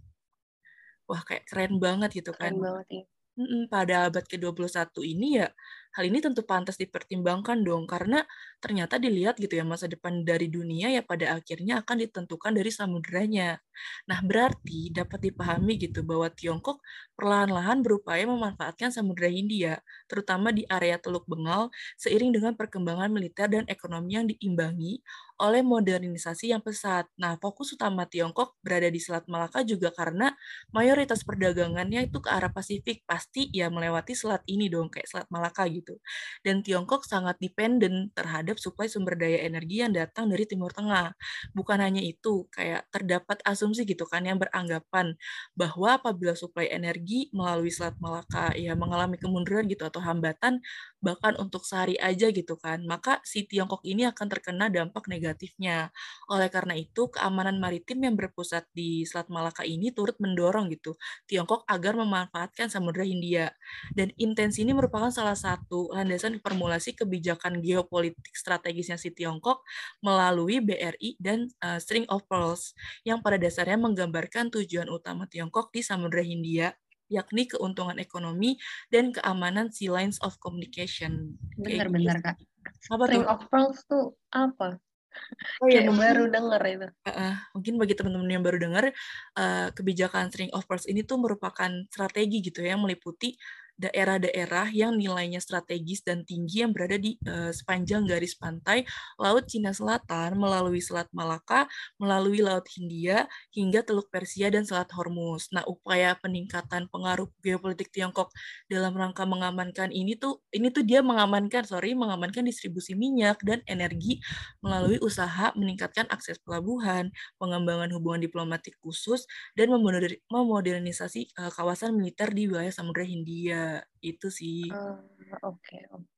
Wah, kayak keren banget gitu kan. Keren banget ya. Pada abad ke-21 ini ya, hal ini tentu pantas dipertimbangkan dong, karena ternyata dilihat gitu ya, masa depan dari dunia ya pada akhirnya akan ditentukan dari samudranya. Nah, berarti dapat dipahami gitu bahwa Tiongkok perlahan-lahan berupaya memanfaatkan Samudra Hindia, terutama di area Teluk Bengal, seiring dengan perkembangan militer dan ekonomi yang diimbangi oleh modernisasi yang pesat. Nah, fokus utama Tiongkok berada di Selat Malaka juga karena mayoritas perdagangannya itu ke arah Pasifik, pasti ya melewati selat ini dong, kayak Selat Malaka gitu. Dan Tiongkok sangat dependen terhadap suplai sumber daya energi yang datang dari Timur Tengah. Bukan hanya itu, kayak terdapat asumsi gitu kan yang beranggapan bahwa apabila suplai energi melalui Selat Malaka ya mengalami kemunduran gitu atau hambatan, bahkan untuk sehari aja gitu kan, maka si Tiongkok ini akan terkena dampak negatifnya. Oleh karena itu, keamanan maritim yang berpusat di Selat Malaka ini turut mendorong gitu Tiongkok agar memanfaatkan Samudra Hindia. Dan intensi ini merupakan salah satu landasan formulasi kebijakan geopolitik strategisnya si Tiongkok melalui BRI dan String of Pearls, yang pada dasarnya menggambarkan tujuan utama Tiongkok di Samudra Hindia, yakni keuntungan ekonomi dan keamanan sea lines of communication. Bentar-bentar Kak. Apa String tuh? of Pearls tuh apa? Oh ya, Kayak baru denger itu. Mungkin bagi teman-teman yang baru dengar, kebijakan String of Pearls ini tuh merupakan strategi gitu ya, meliputi daerah-daerah yang nilainya strategis dan tinggi yang berada di sepanjang garis pantai Laut Cina Selatan melalui Selat Malaka, melalui Laut Hindia, hingga Teluk Persia dan Selat Hormuz. Nah, upaya peningkatan pengaruh geopolitik Tiongkok dalam rangka mengamankan ini tuh dia mengamankan distribusi minyak dan energi melalui usaha meningkatkan akses pelabuhan, pengembangan hubungan diplomatik khusus, dan memodernisasi kawasan militer di wilayah Samudra Hindia. Itu sih. Oke.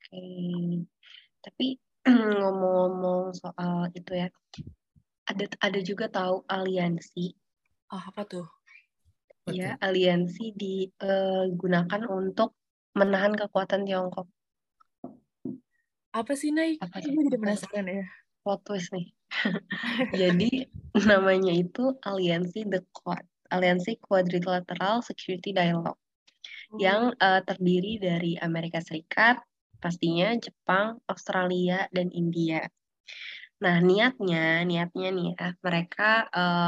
Tapi ngomong-ngomong soal itu ya, ada juga tahu aliansi. Apa tuh? Ya, aliansi digunakan untuk menahan kekuatan Tiongkok. Apa sih, Nay? Apa Gue jadi penasaran ya. Plot twist nih. Jadi namanya itu aliansi The Quad, Aliansi Quadrilateral Security Dialogue, yang terdiri dari Amerika Serikat, pastinya Jepang, Australia, dan India. Nah, niatnya nih ya, mereka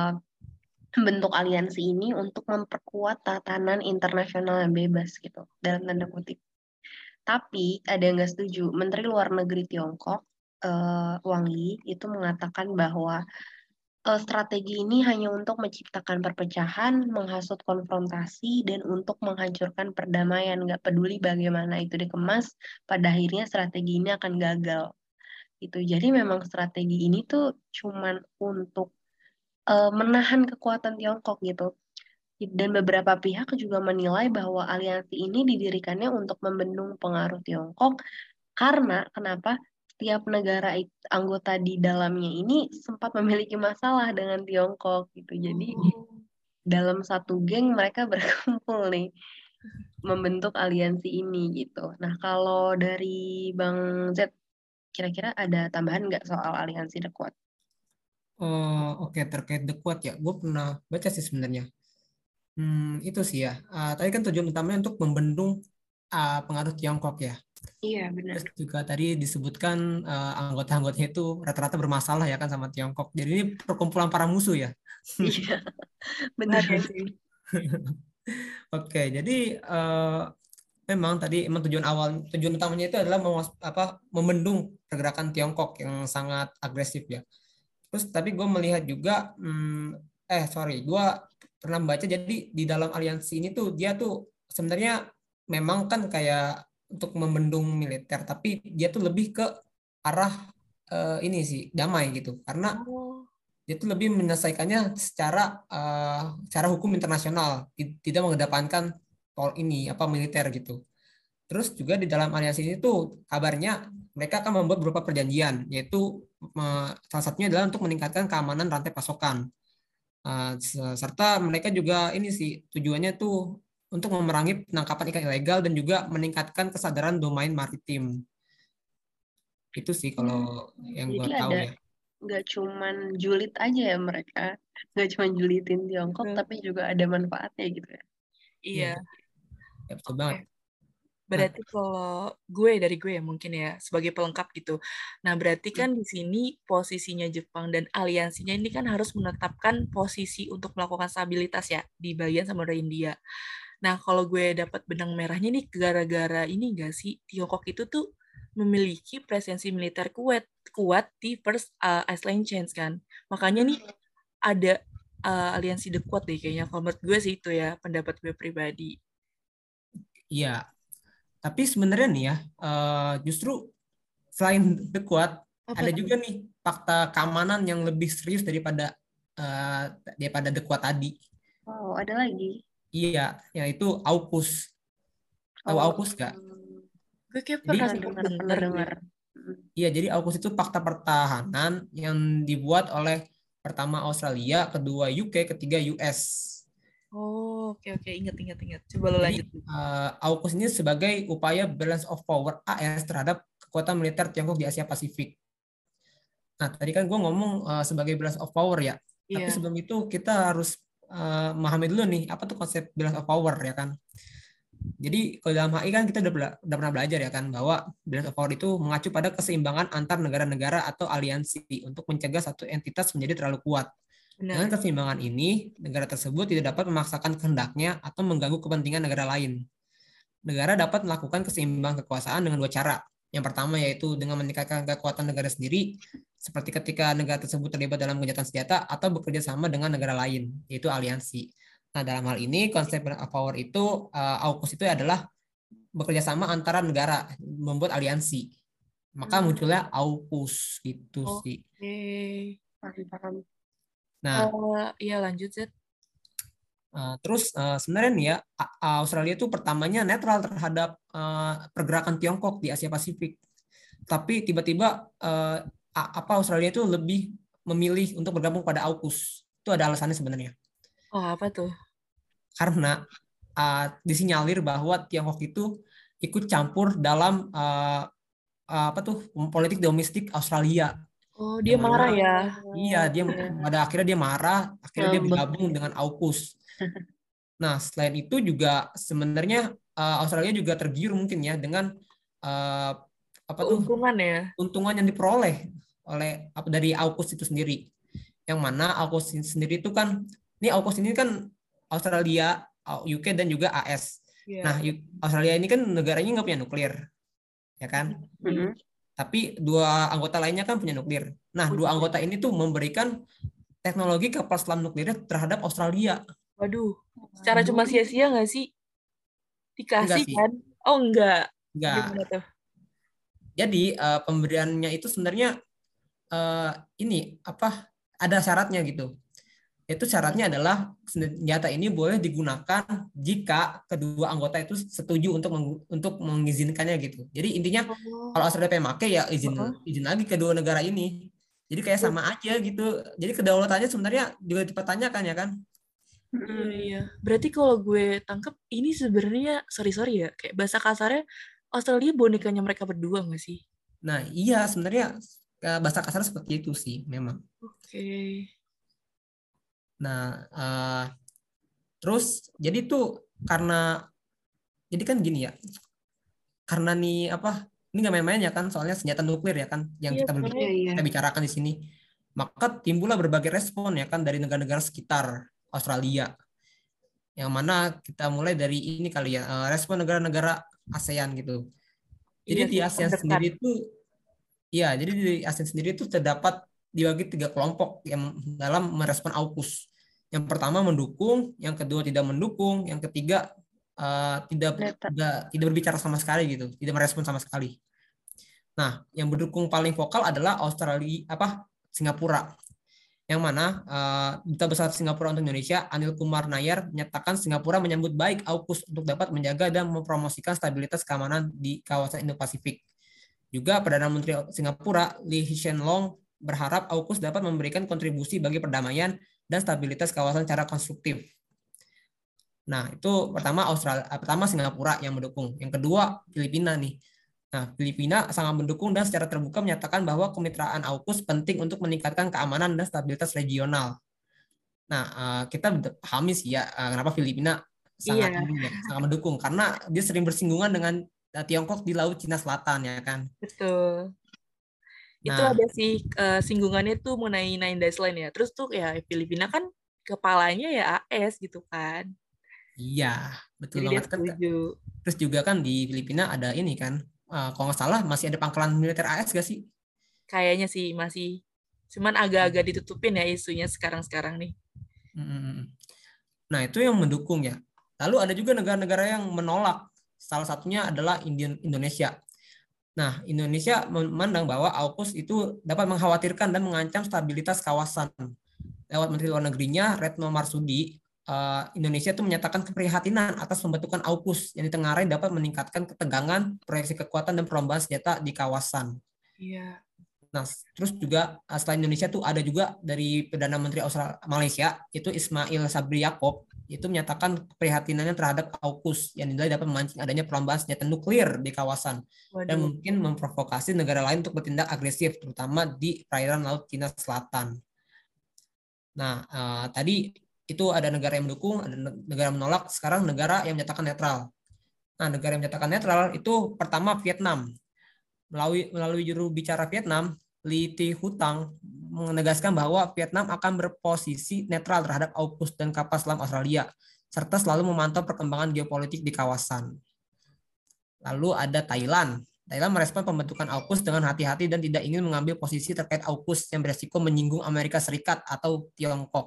bentuk aliansi ini untuk memperkuat tatanan internasional yang bebas gitu, dalam tanda kutip. Tapi ada yang nggak setuju. Menteri Luar Negeri Tiongkok, Wang Yi, itu mengatakan bahwa strategi ini hanya untuk menciptakan perpecahan, menghasut konfrontasi, dan untuk menghancurkan perdamaian. Nggak peduli bagaimana itu dikemas, pada akhirnya strategi ini akan gagal. Gitu. Jadi memang strategi ini tuh cuman untuk menahan kekuatan Tiongkok gitu. Dan beberapa pihak juga menilai bahwa aliansi ini didirikannya untuk membendung pengaruh Tiongkok karena kenapa? Setiap negara anggota di dalamnya ini sempat memiliki masalah dengan Tiongkok gitu. Jadi dalam satu geng mereka berkumpul nih membentuk aliansi ini gitu. Nah, kalau dari Bang Z, kira-kira ada tambahan nggak soal aliansi The Quad? Oke, terkait The Quad ya, gue pernah baca sih sebenarnya. Itu sih ya. Tadi kan tujuan utamanya untuk membendung pengaruh Tiongkok ya. Iya, benar. Terus juga tadi disebutkan anggota-anggotanya itu rata-rata bermasalah ya kan sama Tiongkok. Jadi ini perkumpulan para musuh ya. Iya, benar. sih. Oke, jadi memang tadi tujuan utamanya itu adalah membendung pergerakan Tiongkok yang sangat agresif ya. Terus tapi gue melihat juga, gue pernah membaca jadi di dalam aliansi ini tuh dia tuh sebenarnya memang kan kayak untuk membendung militer, tapi dia tuh lebih ke arah ini sih damai gitu, karena dia tuh lebih menyelesaikannya secara hukum internasional, tidak mengedepankan militer gitu. Terus juga di dalam aliansi ini tuh kabarnya mereka akan membuat beberapa perjanjian, yaitu salah satunya adalah untuk meningkatkan keamanan rantai pasokan. Serta mereka juga ini sih tujuannya tuh untuk memerangi penangkapan ikan ilegal dan juga meningkatkan kesadaran domain maritim. Itu sih kalau yang Jadi gue tahu ada ya. nggak cuman julid aja ya mereka, nggak cuman julitin Tiongkok, Betul. tapi juga ada manfaatnya gitu ya. Iya. Ya, betul Oke. banget. Berarti kalau dari gue ya mungkin ya sebagai pelengkap gitu. Nah, berarti kan di sini posisinya Jepang dan aliansinya ini kan harus menetapkan posisi untuk melakukan stabilitas ya di bagian Samudra India. Nah, kalau gue dapat benang merahnya nih gara-gara ini nggak sih Tiongkok itu tuh memiliki presensi militer kuat di First Island Chain kan. Makanya nih ada aliansi The Quad deh kayaknya. Kalau menurut gue sih itu ya pendapat gue pribadi. Iya. Tapi sebenarnya nih ya, justru selain The Quad, Apa ada tuh? juga nih fakta keamanan yang lebih serius daripada The Quad tadi. Oh, ada lagi. Iya, yaitu AUKUS. Tahu Oh, AUKUS nggak? Gue kayak Jadi, pernah pernah denger pernah deh. dengar. iya, jadi AUKUS itu fakta pertahanan yang dibuat oleh pertama Australia, kedua UK, ketiga US. Oh, oke, ingat. Coba lo Jadi lanjut. AUKUS ini sebagai upaya balance of power AS terhadap kekuatan militer Tiongkok di Asia Pasifik. Nah, tadi kan gue ngomong sebagai balance of power ya. Tapi Iya. sebelum itu kita harus memahami dulu nih apa tuh konsep balance of power ya kan. Jadi kalau dalam HI kan kita udah pernah belajar ya kan bahwa balance of power itu mengacu pada keseimbangan antar negara-negara atau aliansi untuk mencegah satu entitas menjadi terlalu kuat. Dengan Benar. keseimbangan ini, negara tersebut tidak dapat memaksakan kehendaknya atau mengganggu kepentingan negara lain. Negara dapat melakukan keseimbangan kekuasaan dengan dua cara. Yang pertama yaitu dengan meningkatkan kekuatan negara sendiri, seperti ketika negara tersebut terlibat dalam gencatan senjata atau bekerja sama dengan negara lain, yaitu aliansi. Nah, dalam hal ini konsep of power itu AUKUS itu adalah bekerja sama antara negara membuat aliansi. Maka munculnya AUKUS gitu sih. Oke. Paham. Nah, Iya lanjut, Zed. terus sebenarnya nih ya Australia itu pertamanya netral terhadap pergerakan Tiongkok di Asia Pasifik. Tapi tiba-tiba Australia itu lebih memilih untuk bergabung pada AUKUS. Itu ada alasannya sebenarnya. Oh, apa tuh? Karena disinyalir bahwa Tiongkok itu ikut campur dalam apa tuh politik domestik Australia. Oh, dia Yang marah mana ya. iya dia pada akhirnya dia marah, akhirnya dia bergabung dengan AUKUS. Nah, selain itu juga sebenarnya Australia juga tergiur mungkin ya dengan apa tuh Keuntungan ya. keuntungan yang diperoleh oleh dari AUKUS itu sendiri. Yang mana AUKUS sendiri itu kan ini AUKUS ini kan Australia, UK dan juga AS. Nah, Australia ini kan negaranya nggak punya nuklir, ya kan? Tapi dua anggota lainnya kan punya nuklir. Nah, dua anggota ini tuh memberikan teknologi kapal selam nuklir terhadap Australia. Waduh, secara cuma sia-sia nggak sih? Enggak Dikasih sih. kan? Oh, enggak. Enggak. Gimana tuh? Jadi pemberiannya itu sebenarnya ini apa? Ada syaratnya gitu. Itu syaratnya adalah senjata ini boleh digunakan jika kedua anggota itu setuju untuk mengizinkannya gitu. Jadi intinya kalau Australia pengen pakai ya izin lagi kedua negara ini. Jadi kayak sama aja gitu. Jadi kedaulatannya sebenarnya juga dipertanyakan ya kan? Iya. Berarti kalau gue tangkap ini sebenarnya sorry ya, kayak bahasa kasarnya Australia bonekanya mereka berdua nggak sih? Nah, iya sebenarnya bahasa kasar seperti itu sih memang. Oke. Nah, terus jadi tuh jadi kan gini ya, karena nih apa, ini nggak main-main ya kan, soalnya senjata nuklir ya kan, yang Iya, kita bicarakan di sini, maka timbullah berbagai respon ya kan dari negara-negara sekitar Australia, yang mana kita mulai dari ini kali ya, respon negara-negara ASEAN gitu. Jadi iya, di ASEAN sendiri itu, ya jadi di ASEAN sendiri itu terdapat dibagi 3 kelompok yang dalam merespon AUKUS. Yang pertama mendukung, yang kedua tidak mendukung, yang ketiga tidak berbicara sama sekali gitu, tidak merespon sama sekali. Nah, yang mendukung paling vokal adalah Singapura, yang mana Duta Besar Singapura untuk Indonesia Anil Kumar Nayar menyatakan Singapura menyambut baik AUKUS untuk dapat menjaga dan mempromosikan stabilitas keamanan di kawasan Indo-Pasifik. Juga Perdana Menteri Singapura Lee Hsien Loong berharap AUKUS dapat memberikan kontribusi bagi perdamaian dan stabilitas kawasan secara konstruktif. Nah, itu pertama Singapura yang mendukung. Yang kedua Filipina nih. Nah, Filipina sangat mendukung dan secara terbuka menyatakan bahwa kemitraan AUKUS penting untuk meningkatkan keamanan dan stabilitas regional. Nah, kita pahami sih ya kenapa Filipina sangat Iya, ini ya, sangat mendukung karena dia sering bersinggungan dengan Tiongkok di Laut Cina Selatan ya kan. betul. Itu Nah, ada sih singgungannya tuh mengenai Nine Days Land ya. Terus tuh ya Filipina kan kepalanya ya AS gitu kan. iya, betul Jadi dia banget kan. setuju. Terus juga kan di Filipina ada ini kan, kalau nggak salah masih ada pangkalan militer AS gak sih? Kayaknya sih masih. Cuman agak-agak ditutupin ya isunya sekarang-sekarang nih. Mm-mm. Nah, itu yang mendukung ya. Lalu ada juga negara-negara yang menolak. Salah satunya adalah Indonesia. Nah, Indonesia memandang bahwa AUKUS itu dapat mengkhawatirkan dan mengancam stabilitas kawasan. Lewat Menteri Luar Negerinya, Retno Marsudi, Indonesia itu menyatakan keprihatinan atas pembentukan AUKUS yang ditengarai dapat meningkatkan ketegangan, proyeksi kekuatan, dan perlombaan senjata di kawasan. Iya. Nah, terus juga selain Indonesia tuh ada juga dari Perdana Menteri Malaysia, itu Ismail Sabri Yaakob, itu menyatakan keprihatinannya terhadap AUKUS yang dinilai dapat memancing adanya perlombaan senjata nuklir di kawasan dan Waduh. mungkin memprovokasi negara lain untuk bertindak agresif, terutama di perairan Laut Cina Selatan. Nah, tadi itu ada negara yang mendukung, ada negara yang menolak, sekarang negara yang menyatakan netral. Nah, negara yang menyatakan netral itu pertama Vietnam. Melalui juru bicara Vietnam, Ly Thi Hutang menegaskan bahwa Vietnam akan berposisi netral terhadap AUKUS dan kapal selam Australia, serta selalu memantau perkembangan geopolitik di kawasan. Lalu ada Thailand. Thailand merespon pembentukan AUKUS dengan hati-hati dan tidak ingin mengambil posisi terkait AUKUS yang beresiko menyinggung Amerika Serikat atau Tiongkok.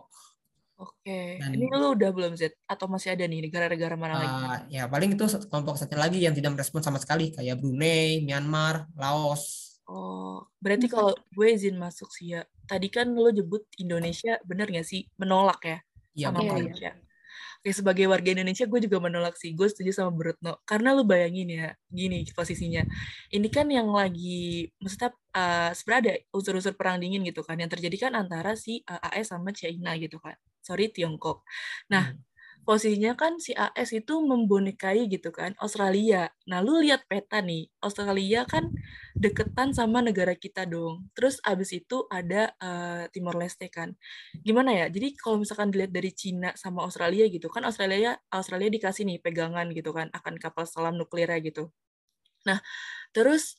Oke. Ini Dan lu udah belum Z? Atau masih ada nih negara-negara mana lagi? ya paling itu kelompok satu lagi yang tidak merespon sama sekali kayak Brunei, Myanmar, Laos. Oh, berarti kalau gue izin masuk sih ya. Tadi kan lo nyebut Indonesia, bener nggak sih? Menolak ya Iya sama Iya, betul. iya. Malaysia. Oke, sebagai warga Indonesia gue juga menolak sih. Gue setuju sama Brutno. Karena lo bayangin ya, gini posisinya. Ini kan yang lagi, maksudnya sebenarnya ada unsur-unsur perang dingin gitu kan. Yang terjadi kan antara si AS sama China gitu kan. Sorry, Tiongkok. Nah, Hmm. posisinya kan si AS itu membonekai gitu kan Australia. Nah, lu lihat peta nih, Australia kan deketan sama negara kita dong. Terus abis itu ada Timor Leste kan. Gimana ya? Jadi kalau misalkan dilihat dari Cina sama Australia gitu kan Australia dikasih nih pegangan gitu kan akan kapal selam nuklirnya gitu. Nah, terus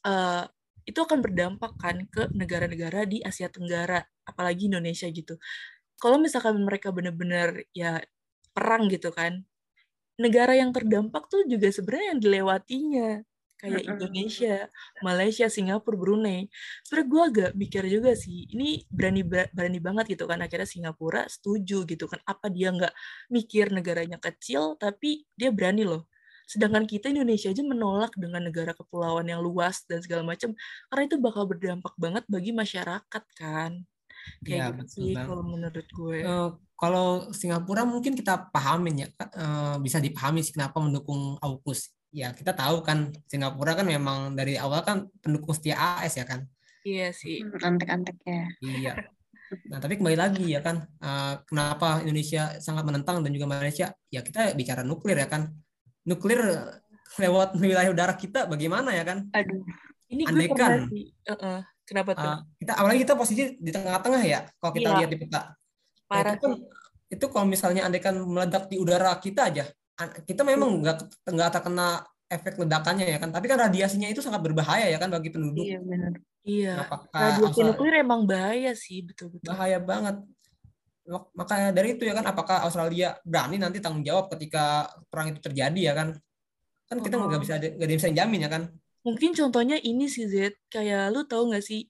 itu akan berdampak kan ke negara-negara di Asia Tenggara, apalagi Indonesia gitu. Kalau misalkan mereka benar-benar ya perang gitu kan, negara yang terdampak tuh juga sebenarnya yang dilewatinya kayak Indonesia, Malaysia, Singapura, Brunei. Sebenarnya gue agak mikir juga sih, ini berani banget gitu kan akhirnya Singapura setuju gitu kan, apa dia nggak mikir negaranya kecil tapi dia berani loh. Sedangkan kita Indonesia aja menolak dengan negara kepulauan yang luas dan segala macam, karena itu bakal berdampak banget bagi masyarakat kan. Ya Kayak gitu betul sih bang. kalau menurut gue. Kalau Singapura mungkin kita pahamin ya, bisa dipahami sih kenapa mendukung AUKUS. Ya kita tahu kan Singapura kan memang dari awal kan pendukung setia AS ya kan. Iya sih. Antek-antek ya. Iya. Nah tapi kembali lagi ya kan, kenapa Indonesia sangat menentang dan juga Malaysia? Ya kita bicara nuklir ya kan. Nuklir lewat wilayah udara kita bagaimana ya kan? Aduh. Ini gue pernah Andaikan sih. Kenapa tuh? kita apalagi kita posisi di tengah-tengah ya, kalau kita Iya, lihat di peta. Nah itu parah kan sih. itu kalau misalnya andaikan meledak di udara kita aja, kita memang nggak terkena efek ledakannya ya kan, tapi kan radiasinya itu sangat berbahaya ya kan bagi penduduk. Iya, benar. Iya, Apakah radiasi Australia nuklir emang bahaya sih, betul-betul. bahaya banget? Makanya dari itu ya kan, apakah Australia berani nanti tanggung jawab ketika perang itu terjadi ya kan? Kan kita Oh. nggak ada yang bisa jamin ya kan? Mungkin contohnya ini sih, Z. Kayak lu tahu nggak sih,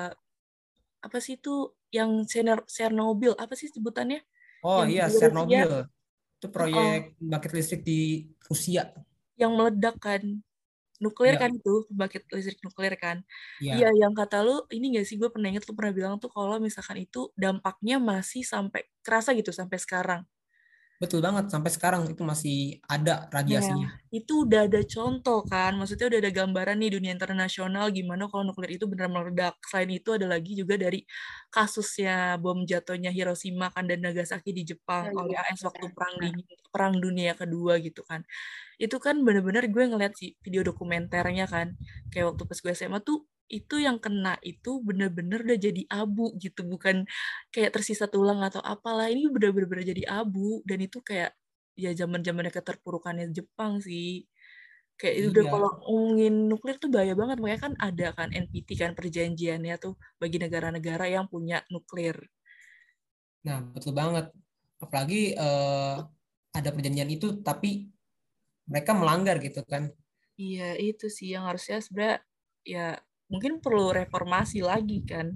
apa sih itu yang Chernobyl, apa sih sebutannya? Oh Yang iya, di Rusia, Chernobyl itu proyek uh, pembangkit listrik di Rusia. yang meledak kan. Nuklir Ya, kan itu, pembangkit listrik nuklir kan. Iya, ya. yang kata lu, ini nggak sih, gue pernah inget lu pernah bilang tuh kalau misalkan itu dampaknya masih sampai kerasa gitu sampai sekarang. Betul banget, sampai sekarang itu masih ada Nah, radiasinya. itu udah ada contoh kan, maksudnya udah ada gambaran nih dunia internasional gimana kalau nuklir itu benar meledak. Selain itu ada lagi juga dari kasusnya bom jatuhnya Hiroshima kan dan Nagasaki di Jepang Oh oleh iya, AS waktu benar. Perang Dunia Kedua gitu kan. Itu kan benar-benar gue ngeliat sih video dokumenternya kan, kayak waktu pas gue SMA tuh itu yang kena itu bener-bener udah jadi abu gitu, bukan kayak tersisa tulang atau apalah, ini bener-bener jadi abu, dan itu kayak ya zaman-zamannya keterpurukannya Jepang sih. Kayak itu udah kalau Iya. ngomongin nuklir tuh bahaya banget, makanya kan ada kan NPT kan perjanjiannya tuh bagi negara-negara yang punya nuklir. Nah, betul banget. Apalagi ada perjanjian itu, tapi mereka melanggar gitu kan. Iya itu sih yang harusnya sebenarnya ya mungkin perlu reformasi lagi kan.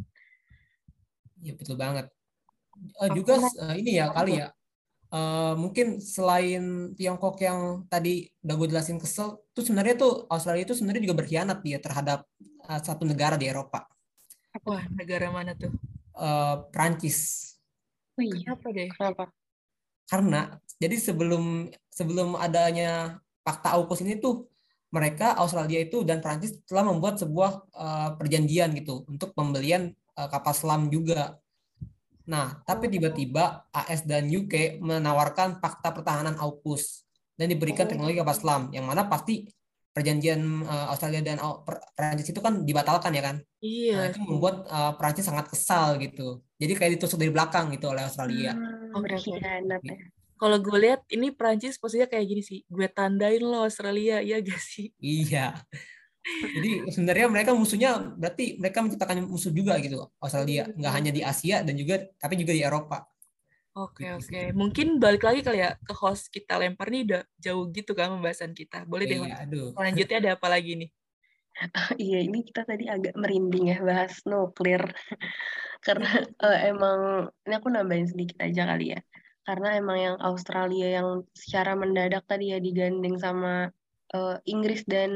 Ya, betul banget. Juga Oke, nah ini ya apa kali tuh? ya. Mungkin selain Tiongkok yang tadi udah gue jelasin kesel, tuh sebenarnya tuh Australia itu sebenarnya juga berkhianat dia terhadap satu negara di Eropa, Wah, negara mana tuh? Prancis. Oh iya, Kenapa deh? kenapa? Karena jadi sebelum sebelum adanya Fakta AUKUS ini tuh mereka Australia itu dan Prancis telah membuat sebuah perjanjian gitu untuk pembelian kapal selam juga. Nah, tapi tiba-tiba AS dan UK menawarkan fakta pertahanan AUKUS dan diberikan Oh, teknologi kapal selam, yang mana pasti perjanjian Australia dan Prancis itu kan dibatalkan ya kan. Nah, Iya itu sih. membuat Prancis sangat kesal gitu. Jadi kayak ditusuk dari belakang gitu oleh Australia. Oke, oke. berkhianat ya. Kalau gue lihat ini Prancis posisinya kayak gini sih. Gue tandain lo Australia, ya gak sih? Iya. Jadi sebenarnya mereka musuhnya berarti mereka menciptakan musuh juga gitu Australia, nggak hanya di Asia dan juga tapi juga di Eropa Oke, gitu sih. oke. Mungkin balik lagi kali ya ke host kita lempar nih udah jauh gitu kan pembahasan kita. Boleh deh, Iya, host. aduh. Selanjutnya ada apa lagi nih? Iya, ini kita tadi agak merinding ya bahas nuklir. Karena emang, ini aku nambahin sedikit aja kali ya. Karena emang yang Australia yang secara mendadak tadi ya digandeng sama Inggris dan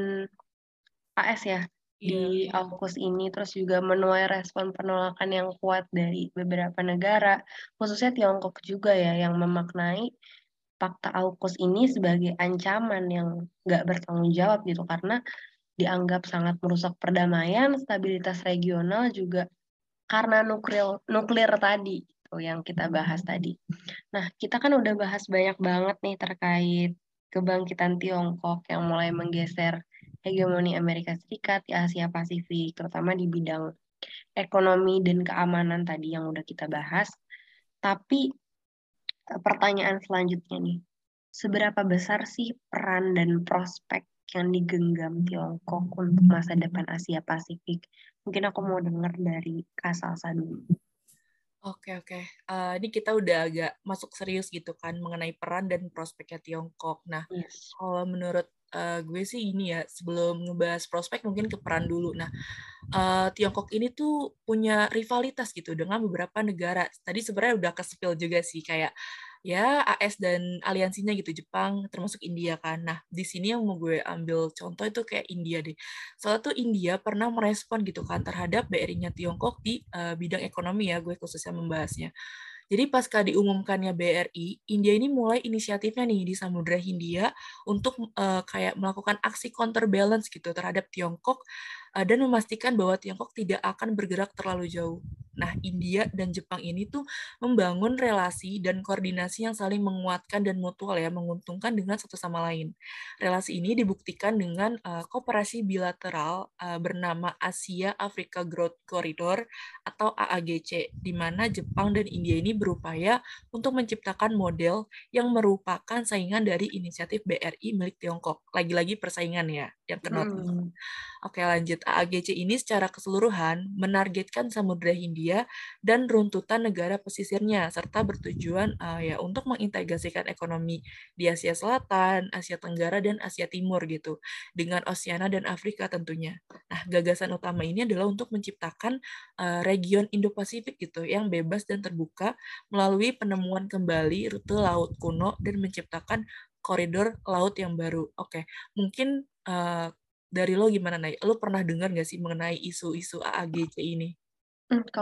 AS ya di Iya. AUKUS ini, terus juga menuai respon penolakan yang kuat dari beberapa negara, khususnya Tiongkok juga ya, yang memaknai fakta AUKUS ini sebagai ancaman yang nggak bertanggung jawab gitu, karena dianggap sangat merusak perdamaian, stabilitas regional juga karena nuklir tadi gitu, yang kita bahas tadi. Nah, kita kan udah bahas banyak banget nih terkait kebangkitan Tiongkok yang mulai menggeser hegemoni Amerika Serikat di Asia Pasifik, terutama di bidang ekonomi dan keamanan tadi yang udah kita bahas. Tapi pertanyaan selanjutnya nih, seberapa besar sih peran dan prospek yang digenggam Tiongkok untuk masa depan Asia Pasifik? Mungkin aku mau dengar dari Kak Salsa dulu. Oke, oke. Ini kita udah agak masuk serius gitu kan mengenai peran dan prospeknya Tiongkok. Nah, Yes. kalau menurut gue sih ini ya, sebelum ngebahas prospek mungkin ke peran dulu. Nah, Tiongkok ini tuh punya rivalitas gitu dengan beberapa negara. Tadi sebenarnya udah ke-spill juga sih kayak ya AS dan aliansinya gitu, Jepang termasuk India kan. Nah, di sini yang mau gue ambil contoh itu kayak India deh. Soalnya tuh India pernah merespon gitu kan terhadap BRI-nya Tiongkok di bidang ekonomi ya, gue khususnya membahasnya. Jadi pasca diumumkannya BRI, India ini mulai inisiatifnya nih di Samudra Hindia untuk kayak melakukan aksi counterbalance gitu terhadap Tiongkok dan memastikan bahwa Tiongkok tidak akan bergerak terlalu jauh. Nah, India dan Jepang ini tuh membangun relasi dan koordinasi yang saling menguatkan dan mutual ya, menguntungkan dengan satu sama lain. Relasi ini dibuktikan dengan kooperasi bilateral bernama Asia Africa Growth Corridor atau AAGC, di mana Jepang dan India ini berupaya untuk menciptakan model yang merupakan saingan dari inisiatif BRI milik Tiongkok. Lagi-lagi persaingan ya, yang kenal. Hmm. Oke, lanjut. AAGC ini secara keseluruhan menargetkan Samudra Hindia dan runtutan negara pesisirnya, serta bertujuan ya untuk mengintegrasikan ekonomi di Asia Selatan, Asia Tenggara, dan Asia Timur gitu, dengan Oseania dan Afrika tentunya. Nah, gagasan utama ini adalah untuk menciptakan region Indo-Pasifik gitu, yang bebas dan terbuka melalui penemuan kembali rute laut kuno dan menciptakan koridor laut yang baru. Oke, mungkin dari lo gimana, Nay? Lo pernah dengar nggak sih mengenai isu-isu AAGC ini? Kalau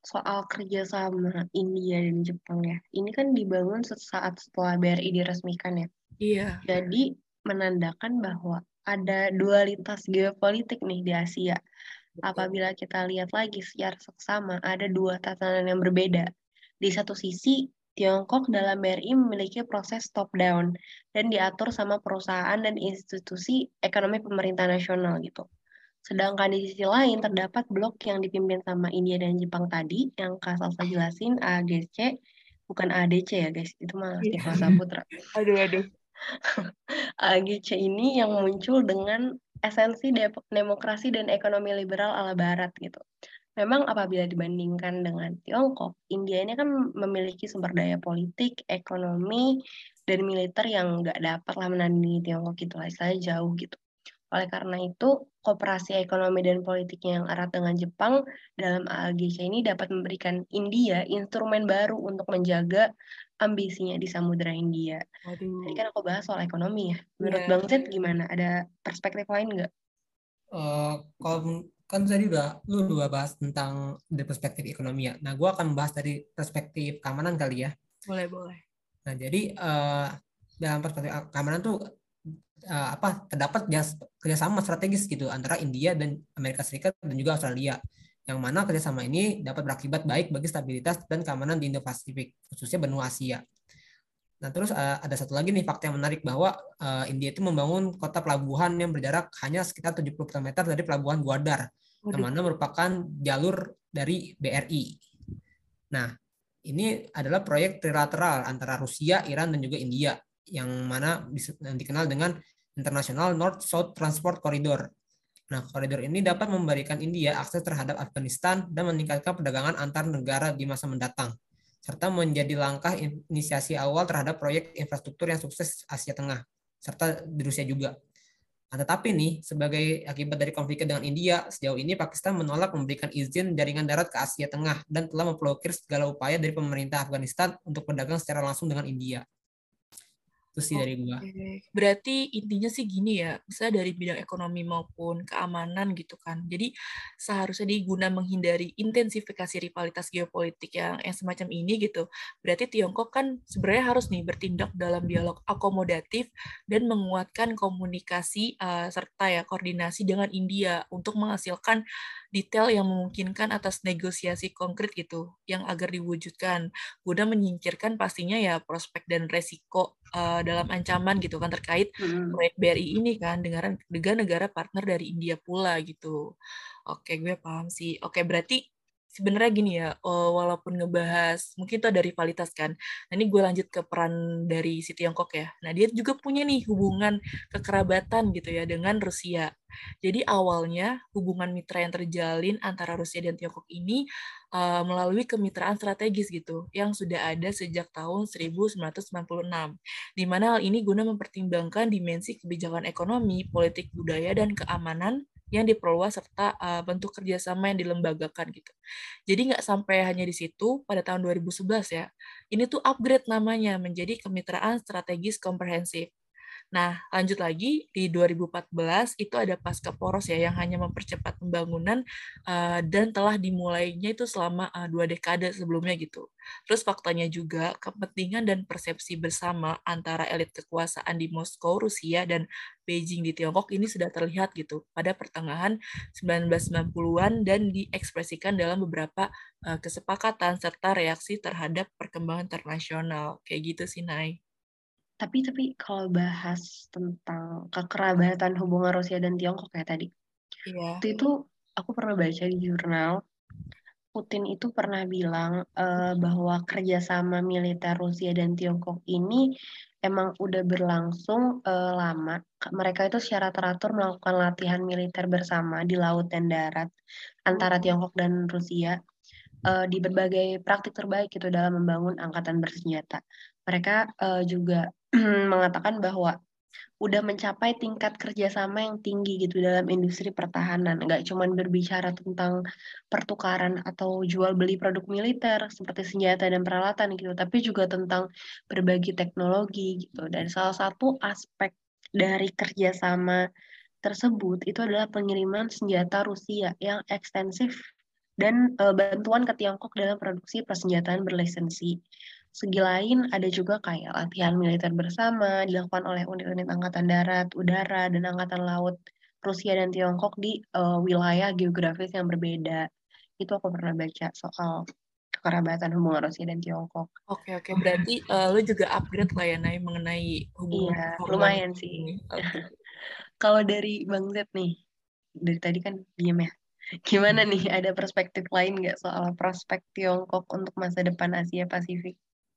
soal kerjasama India dan Jepang ya. Ini kan dibangun sesaat setelah BRI diresmikan ya. Iya. Jadi menandakan bahwa ada dualitas geopolitik nih di Asia. Apabila kita lihat lagi secara seksama, ada dua tatanan yang berbeda. Di satu sisi, Tiongkok dalam BRI memiliki proses top-down dan diatur sama perusahaan dan institusi ekonomi pemerintah nasional gitu. Sedangkan di sisi lain terdapat blok yang dipimpin sama India dan Jepang tadi, yang Kak Salsa jelasin AGC, bukan ADC ya guys, itu malah Asia Saputra. Aduh. AGC ini yang muncul dengan esensi demokrasi dan ekonomi liberal ala Barat gitu. Memang apabila dibandingkan dengan Tiongkok, India ini kan memiliki sumber daya politik, ekonomi, dan militer yang nggak dapat lah menandingi Tiongkok gitu lah, istilahnya jauh gitu. Oleh karena itu, kooperasi ekonomi dan politiknya yang erat dengan Jepang dalam ALGC ini dapat memberikan India instrumen baru untuk menjaga ambisinya di Samudra India. Tadi Waduh. kan aku bahas soal ekonomi ya. Menurut Iya. Bang Zed gimana? Ada perspektif lain nggak? Kalau kan tadi lu udah bahas tentang dari perspektif ekonomi ya. Nah, gue akan membahas dari perspektif keamanan kali ya. Boleh. Nah, jadi dalam perspektif keamanan tuh terdapat kerjasama strategis gitu antara India dan Amerika Serikat dan juga Australia, yang mana kerjasama ini dapat berakibat baik bagi stabilitas dan keamanan di Indo-Pasifik, khususnya benua Asia. Nah, terus ada satu lagi nih fakta yang menarik bahwa India itu membangun kota pelabuhan yang berjarak hanya sekitar 70 km dari pelabuhan Gwadar, yang mana merupakan jalur dari BRI. Nah, ini adalah proyek trilateral antara Rusia, Iran, dan juga India, yang mana dikenal dengan International North-South Transport Corridor. Nah, koridor ini dapat memberikan India akses terhadap Afghanistan dan meningkatkan perdagangan antar negara di masa mendatang, serta menjadi langkah inisiasi awal terhadap proyek infrastruktur yang sukses Asia Tengah, serta di Rusia juga. Nah, tetapi nih, sebagai akibat dari konflik dengan India, sejauh ini Pakistan menolak memberikan izin jaringan darat ke Asia Tengah dan telah memblokir segala upaya dari pemerintah Afghanistan untuk berdagang secara langsung dengan India. Itu sih dari gua. Berarti intinya sih gini ya, misalnya dari bidang ekonomi maupun keamanan gitu kan. Jadi seharusnya guna menghindari intensifikasi rivalitas geopolitik yang semacam ini gitu. Berarti Tiongkok kan sebenarnya harus nih bertindak dalam dialog akomodatif dan menguatkan komunikasi serta ya koordinasi dengan India untuk menghasilkan detail yang memungkinkan atas negosiasi konkret gitu yang agar diwujudkan guna menyingkirkan pastinya ya prospek dan resiko dalam ancaman gitu kan terkait proyek BRI ini kan dengan negara partner dari India pula gitu. Oke, gue paham sih. Oke, berarti sebenarnya gini ya, walaupun ngebahas mungkin itu ada rivalitas kan. Nah, ini gue lanjut ke peran dari si Tiongkok ya. Nah, dia juga punya nih hubungan kekerabatan gitu ya dengan Rusia. Jadi awalnya hubungan mitra yang terjalin antara Rusia dan Tiongkok ini melalui kemitraan strategis gitu yang sudah ada sejak tahun 1996. Di mana hal ini guna mempertimbangkan dimensi kebijakan ekonomi, politik, budaya, dan keamanan yang diperluas serta bentuk kerjasama yang dilembagakan gitu. Jadi nggak sampai hanya di situ, pada tahun 2011 ya, ini tuh upgrade namanya menjadi kemitraan strategis komprehensif. Nah, lanjut lagi di 2014 itu ada Pasca Poros ya yang hanya mempercepat pembangunan dan telah dimulainya itu selama 2 dekade sebelumnya gitu. Terus faktanya juga kepentingan dan persepsi bersama antara elit kekuasaan di Moskow, Rusia dan Beijing di Tiongkok ini sudah terlihat gitu pada pertengahan 1990-an dan diekspresikan dalam beberapa kesepakatan serta reaksi terhadap perkembangan internasional. Kayak gitu sih, Nay. Tapi kalau bahas tentang kekerabatan hubungan Rusia dan Tiongkok ya tadi. Iya. Waktu itu aku pernah baca di jurnal, Putin itu pernah bilang bahwa kerjasama militer Rusia dan Tiongkok ini emang udah berlangsung lama. Mereka itu secara teratur melakukan latihan militer bersama di laut dan darat antara Tiongkok dan Rusia di berbagai praktik terbaik itu dalam membangun angkatan bersenjata. Mereka juga mengatakan bahwa udah mencapai tingkat kerjasama yang tinggi gitu dalam industri pertahanan. Nggak cuma berbicara tentang pertukaran atau jual beli produk militer seperti senjata dan peralatan gitu, tapi juga tentang berbagi teknologi gitu. Dan salah satu aspek dari kerjasama tersebut itu adalah pengiriman senjata Rusia yang ekstensif dan bantuan ke Tiongkok dalam produksi persenjataan berlisensi. Segi lain ada juga kayak latihan militer bersama dilakukan oleh unit-unit angkatan darat, udara, dan angkatan laut Rusia dan Tiongkok di wilayah geografis yang berbeda. Itu aku pernah baca soal kekerabatan hubungan Rusia dan Tiongkok. Oke, berarti lu juga upgrade lah ya, Nay, mengenai hubungan Iya, formal lumayan sih. ini. Oke. Kalau dari Bang Z nih, dari tadi kan diem ya. Gimana nih, ada perspektif lain nggak soal prospek Tiongkok untuk masa depan Asia Pasifik?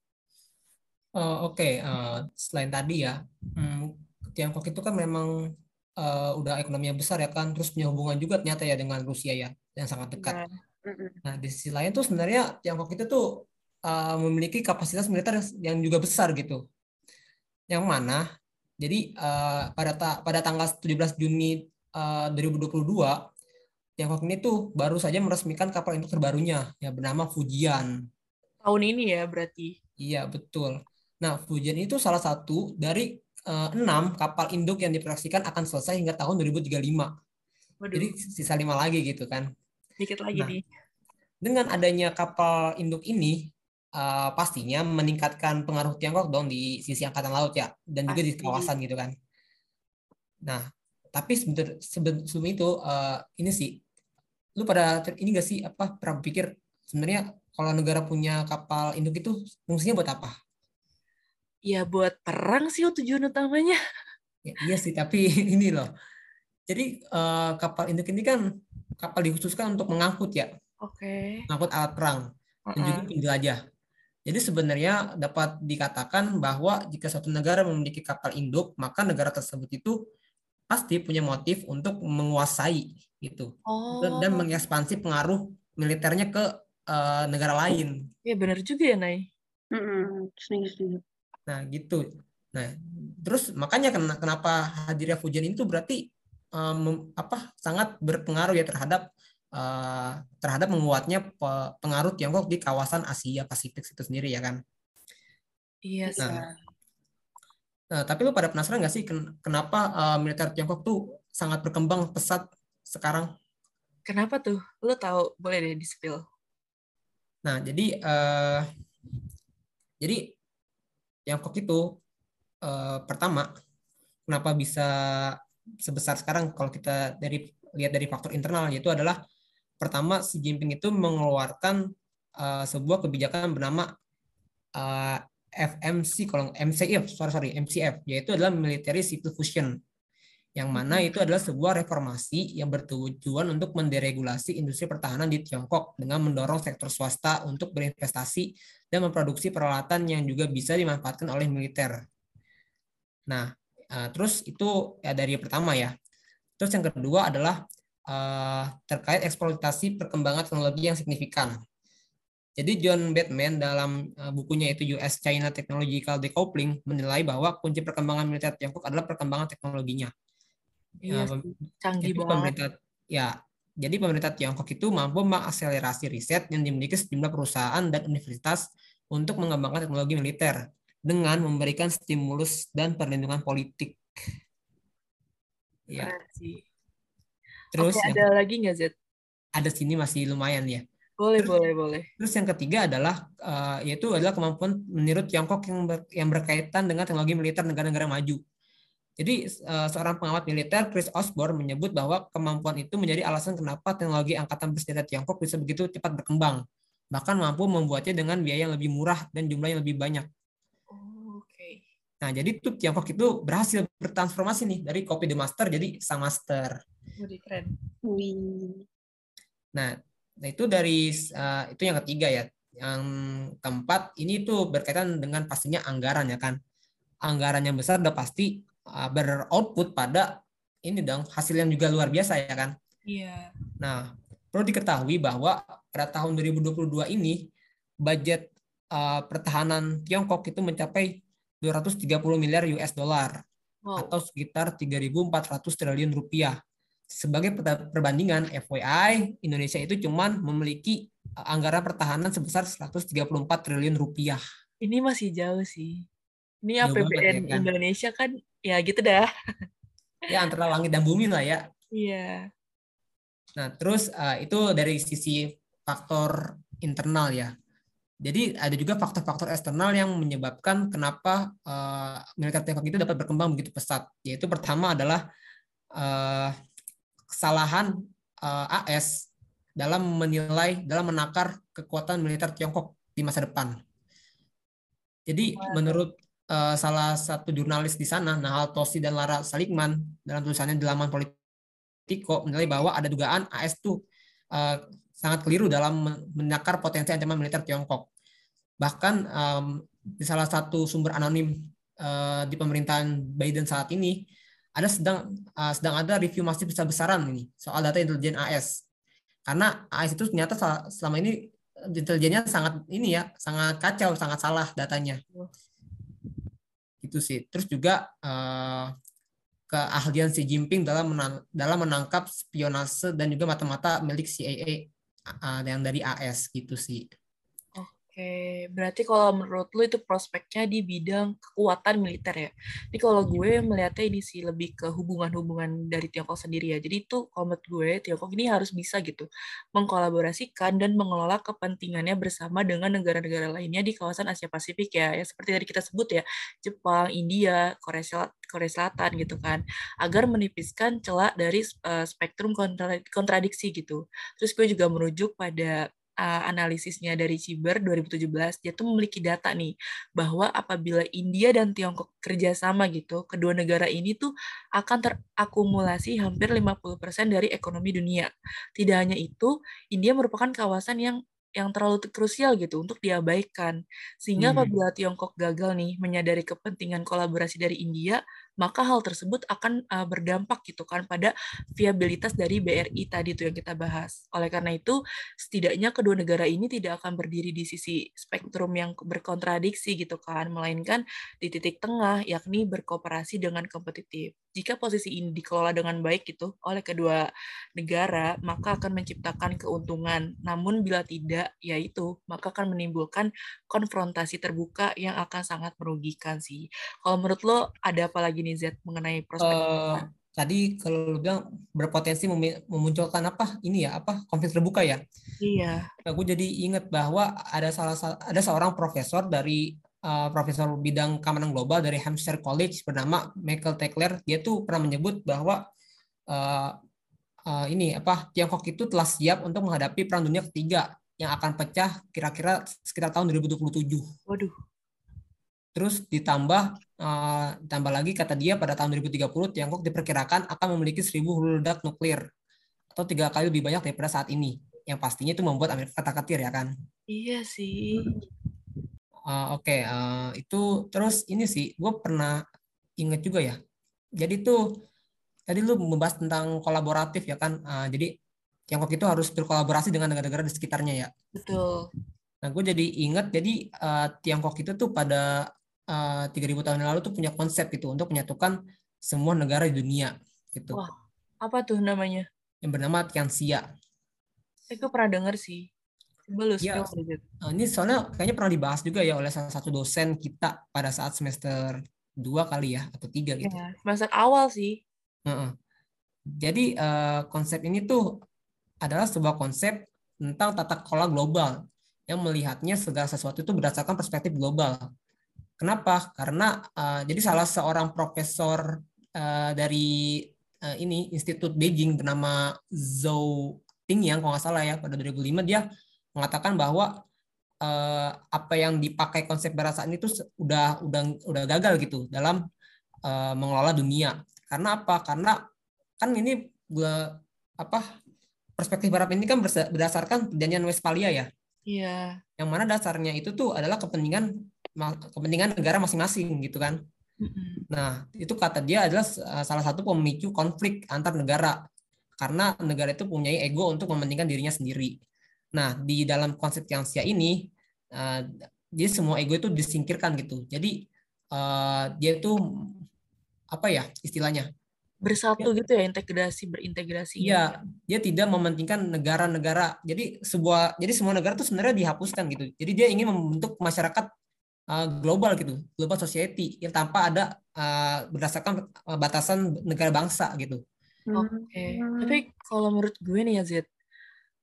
Oke, selain tadi ya, Tiongkok itu kan memang udah ekonominya besar ya kan, terus punya hubungan juga ternyata ya dengan Rusia ya, yang sangat dekat. Nah, Nah, di sisi lain tuh sebenarnya Tiongkok itu tuh memiliki kapasitas militer yang juga besar gitu. Yang mana, jadi pada tanggal 17 Juni 2022, Tiongkok ini tuh baru saja meresmikan kapal induk terbarunya, ya bernama Fujian. tahun ini ya berarti. Iya, betul. Nah, Fujian itu salah satu dari 6 kapal induk yang diproyeksikan akan selesai hingga tahun 2035. Jadi Waduh, sisa 5 lagi gitu kan. dikit lagi Nah, nih. dengan adanya kapal induk ini, pastinya meningkatkan pengaruh Tiongkok dong di sisi angkatan laut ya, dan juga di Pasti. kawasan gitu kan. Nah, tapi sebelum itu, ini sih, lu pada ini gak sih, pernah pikir sebenarnya kalau negara punya kapal induk itu fungsinya buat apa? Ya buat perang sih tujuan utamanya. Ya, iya sih, tapi ini loh. Jadi kapal induk ini kan kapal dikhususkan untuk mengangkut ya, Oke. mengangkut alat perang dan juga penjelajah. Jadi sebenarnya dapat dikatakan bahwa jika suatu negara memiliki kapal induk, maka negara tersebut itu pasti punya motif untuk menguasai gitu dan Oh, mengekspansi pengaruh militernya ke negara lain. ya benar juga ya, Nay. Setuju. Nah, gitu. Nah, terus makanya kenapa hadirnya Fujian itu berarti sangat berpengaruh ya terhadap menguatnya pengaruh Tiongkok di kawasan Asia Pasifik itu sendiri ya kan. Iya sih. Nah, tapi lu pada penasaran nggak sih kenapa militer Tiongkok tuh sangat berkembang pesat sekarang? Kenapa tuh? Lu tahu? Boleh deh di-spill. Nah, jadi Tiongkok itu pertama kenapa bisa sebesar sekarang kalau kita lihat dari faktor internal, yaitu adalah pertama Xi Jinping itu mengeluarkan sebuah kebijakan bernama FMC, kalau MCF, yaitu adalah Military Civil Fusion, yang mana itu adalah sebuah reformasi yang bertujuan untuk menderegulasi industri pertahanan di Tiongkok dengan mendorong sektor swasta untuk berinvestasi dan memproduksi peralatan yang juga bisa dimanfaatkan oleh militer. Nah, terus itu ya dari pertama ya. Terus yang kedua adalah terkait eksploitasi perkembangan teknologi yang signifikan. Jadi John Batman dalam bukunya itu US-China Technological Decoupling menilai bahwa kunci perkembangan militer Tiongkok adalah perkembangan teknologinya. Iya sih, canggih banget. Jadi pemerintah Tiongkok itu mampu mengakselerasi riset yang dimiliki sejumlah perusahaan dan universitas untuk mengembangkan teknologi militer dengan memberikan stimulus dan perlindungan politik. Ya. Keren sih. Terus Oke, ada lagi nggak, Zed? ada sini masih lumayan ya. Boleh. Terus yang ketiga adalah yaitu adalah kemampuan menurut Tiongkok yang berkaitan dengan teknologi militer negara-negara maju. Jadi seorang pengamat militer Chris Osborne menyebut bahwa kemampuan itu menjadi alasan kenapa teknologi angkatan bersenjata Tiongkok bisa begitu cepat berkembang, bahkan mampu membuatnya dengan biaya yang lebih murah dan jumlahnya lebih banyak. Oke. Nah, jadi tuh Tiongkok itu berhasil bertransformasi nih dari copy the master jadi sang master. Keren. Nah, itu dari itu yang ketiga ya. Yang keempat ini tuh berkaitan dengan pastinya anggaran ya kan. Anggaran yang besar udah pasti beroutput pada ini dong hasil yang juga luar biasa ya kan. Iya. Nah, perlu diketahui bahwa pada tahun 2022 ini budget pertahanan Tiongkok itu mencapai 230 miliar US dollar atau sekitar 3.400 triliun rupiah. Sebagai perbandingan, FYI, Indonesia itu cuma memiliki anggaran pertahanan sebesar 134 triliun rupiah. Ini masih jauh sih. Ini Jauh banget, APBN ya kan? Indonesia kan ya gitu dah. Ya antara langit dan bumi lah ya. Iya. Nah terus itu dari sisi faktor internal ya. Jadi ada juga faktor-faktor eksternal yang menyebabkan kenapa militer Tiongkok itu dapat berkembang begitu pesat. Yaitu pertama adalah kesalahan AS dalam menakar kekuatan militer Tiongkok di masa depan. Jadi menurut salah satu jurnalis di sana, Nahal Tosi dan Lara Saligman, dalam tulisannya di laman Politico menilai bahwa ada dugaan AS itu sangat keliru dalam menakar potensi ancaman militer Tiongkok. Bahkan di salah satu sumber anonim di pemerintahan Biden saat ini sedang ada review masif besar-besaran ini soal data intelijen AS. Karena AS itu ternyata selama ini intelijennya sangat kacau, sangat salah datanya. Gitu sih. Terus juga keahlian Xi Jinping dalam menangkap spionase dan juga mata-mata milik CIA yang dari AS gitu sih. Oke, berarti kalau menurut lu itu prospeknya di bidang kekuatan militer ya. Jadi kalau gue melihatnya ini sih lebih ke hubungan-hubungan dari Tiongkok sendiri ya. Jadi itu kalau menurut gue Tiongkok ini harus bisa gitu mengkolaborasikan dan mengelola kepentingannya bersama dengan negara-negara lainnya di kawasan Asia Pasifik ya. Ya seperti tadi kita sebut ya, Jepang, India, Korea Selatan gitu kan. Agar menipiskan celah dari spektrum kontradiksi gitu. Terus gue juga merujuk pada analisisnya dari Ciber 2017, dia tuh memiliki data nih bahwa apabila India dan Tiongkok kerjasama gitu, kedua negara ini tuh akan terakumulasi hampir 50% dari ekonomi dunia. Tidak hanya itu, India merupakan kawasan yang terlalu krusial gitu untuk diabaikan. Sehingga apabila Tiongkok gagal nih menyadari kepentingan kolaborasi dari India, maka hal tersebut akan berdampak gitu kan pada viabilitas dari BRI tadi tuh yang kita bahas. Oleh karena itu, setidaknya kedua negara ini tidak akan berdiri di sisi spektrum yang berkontradiksi gitu kan, melainkan di titik tengah yakni berkooperasi dengan kompetitif. Jika posisi ini dikelola dengan baik gitu oleh kedua negara, maka akan menciptakan keuntungan. Namun bila tidak, yaitu maka akan menimbulkan konfrontasi terbuka yang akan sangat merugikan sih. Kalau menurut lo ada apa lagi nih Z mengenai prospek? Tadi kalau lu bilang berpotensi memunculkan konflik terbuka ya. Iya. Aku jadi ingat bahwa ada seorang profesor dari profesor bidang keamanan global dari Hampshire College bernama Michael Tackler. Dia tuh pernah menyebut bahwa Tiongkok itu telah siap untuk menghadapi Perang Dunia Ketiga yang akan pecah kira-kira sekitar tahun 2027. Waduh. Terus ditambah lagi kata dia pada tahun 2030 Tiongkok diperkirakan akan memiliki 1.000 hulu ledak nuklir atau 3 kali lebih banyak daripada saat ini. Yang pastinya itu membuat Amerika ketar-ketir ya kan. Iya sih. Itu terus ini sih gue pernah inget juga ya. Jadi tuh tadi lu membahas tentang kolaboratif ya kan. Jadi Tiongkok itu harus berkolaborasi dengan negara-negara di sekitarnya ya. Betul. Nah gue jadi inget jadi Tiongkok itu tuh pada 3.000 tahun yang lalu tuh punya konsep gitu untuk menyatukan semua negara di dunia gitu. Wah, apa tuh namanya? Yang bernama Tianxia. Aku pernah dengar sih. Coba lu Ya, ini soalnya kayaknya pernah dibahas juga ya oleh salah satu dosen kita pada saat semester 2 kali ya atau 3 gitu. Ya, semester awal sih. Jadi konsep ini tuh adalah sebuah konsep tentang tata kelola global yang melihatnya segala sesuatu itu berdasarkan perspektif global. Kenapa? Karena jadi salah seorang profesor dari Institut Beijing bernama Zhou Tingyang kalau nggak salah ya pada 2005 dia mengatakan bahwa apa yang dipakai konsep barasaan itu udah gagal gitu dalam mengelola dunia. Karena apa? Karena kan ini perspektif barat ini kan berdasarkan perjanjian Westphalia ya. Iya. Yang mana dasarnya itu tuh adalah kepentingan negara masing-masing gitu kan. Nah, itu kata dia adalah salah satu pemicu konflik antar negara karena negara itu punya ego untuk mementingkan dirinya sendiri. Nah, di dalam konsep Tianxia ini jadi semua ego itu disingkirkan gitu. Jadi dia itu istilahnya bersatu gitu ya, berintegrasi. Iya, dia tidak mementingkan negara-negara. Jadi semua negara itu sebenarnya dihapuskan gitu. Jadi dia ingin membentuk masyarakat global gitu, global society yang tanpa ada berdasarkan batasan negara bangsa gitu. Oke. Tapi kalau menurut gue nih ya Z,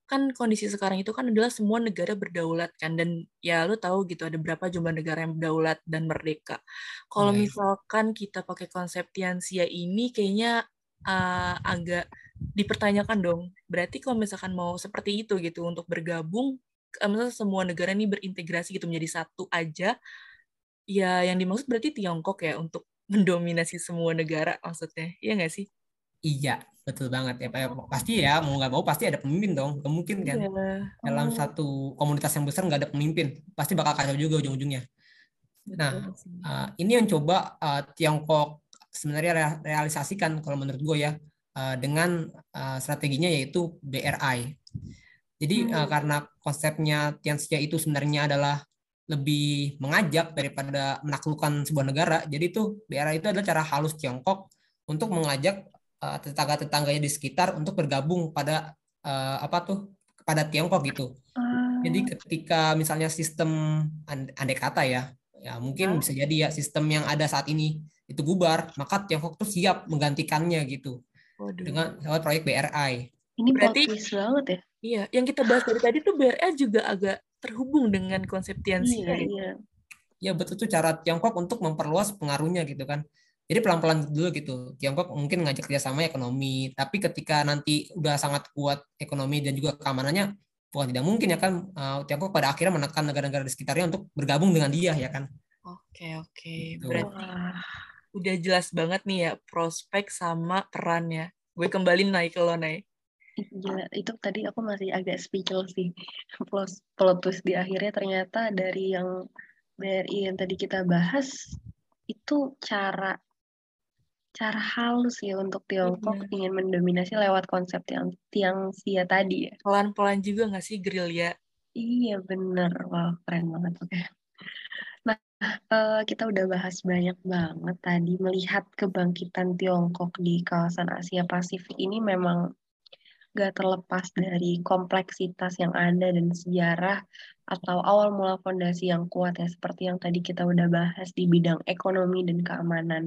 kan kondisi sekarang itu kan adalah semua negara berdaulat kan, dan ya lu tahu gitu ada berapa jumlah negara yang berdaulat dan merdeka. Kalau Iya. misalkan kita pakai konsep Tianxia ini kayaknya agak dipertanyakan dong. Berarti kalau misalkan mau seperti itu gitu untuk bergabung, misalnya semua negara ini berintegrasi gitu menjadi satu aja, ya yang dimaksud berarti Tiongkok ya untuk mendominasi semua negara maksudnya. Iya nggak sih? Iya, betul banget ya. Pasti ya, mau nggak mau pasti ada pemimpin dong. Nggak mungkin kan Iya. dalam Oh, satu komunitas yang besar nggak ada pemimpin. Pasti bakal kacau juga ujung-ujungnya. Betul Nah, sih. ini yang coba Tiongkok sebenarnya realisasikan kalau menurut gue ya, dengan strateginya yaitu BRI. Jadi karena konsepnya Tianxia itu sebenarnya adalah lebih mengajak daripada menaklukkan sebuah negara. Jadi itu BRI itu adalah cara halus Tiongkok untuk mengajak tetangga-tetangganya di sekitar untuk bergabung pada apa tuh kepada Tiongkok gitu. Jadi ah, ketika misalnya sistem andai kata ya, ya mungkin Hah? bisa jadi ya sistem yang ada saat ini itu bubar, maka Tiongkok tuh siap menggantikannya gitu Waduh. dengan lewat proyek BRI. ini plot Berarti twist banget ya. iya, yang kita bahas dari tadi tuh BRI juga agak terhubung dengan konsep Iya, Tianxia ya. iya. Ya betul tuh cara Tiongkok untuk memperluas pengaruhnya gitu kan. Jadi pelan-pelan dulu gitu. Tiongkok mungkin ngajak kerjasama ekonomi, tapi ketika nanti udah sangat kuat ekonomi dan juga keamanannya, bukan tidak mungkin ya kan Tiongkok pada akhirnya menekan negara-negara di sekitarnya untuk bergabung dengan dia ya kan. Oke, oke. Gitu. Berarti Wah, udah jelas banget nih ya prospek sama perannya. Gue kembali naik ke lo, Nay. gila. Itu tadi aku masih agak speechless sih. Plot twist di akhirnya ternyata dari yang BRI yang tadi kita bahas, itu cara halus ya untuk Tiongkok Iya. ingin mendominasi lewat konsep Tianxia tadi ya. Pelan-pelan juga nggak sih gerilya? Iya bener, wah keren banget. Oke. Nah, kita udah bahas banyak banget tadi melihat kebangkitan Tiongkok di kawasan Asia Pasifik ini memang gak terlepas dari kompleksitas yang ada dan sejarah atau awal mula fondasi yang kuat ya seperti yang tadi kita udah bahas di bidang ekonomi dan keamanan.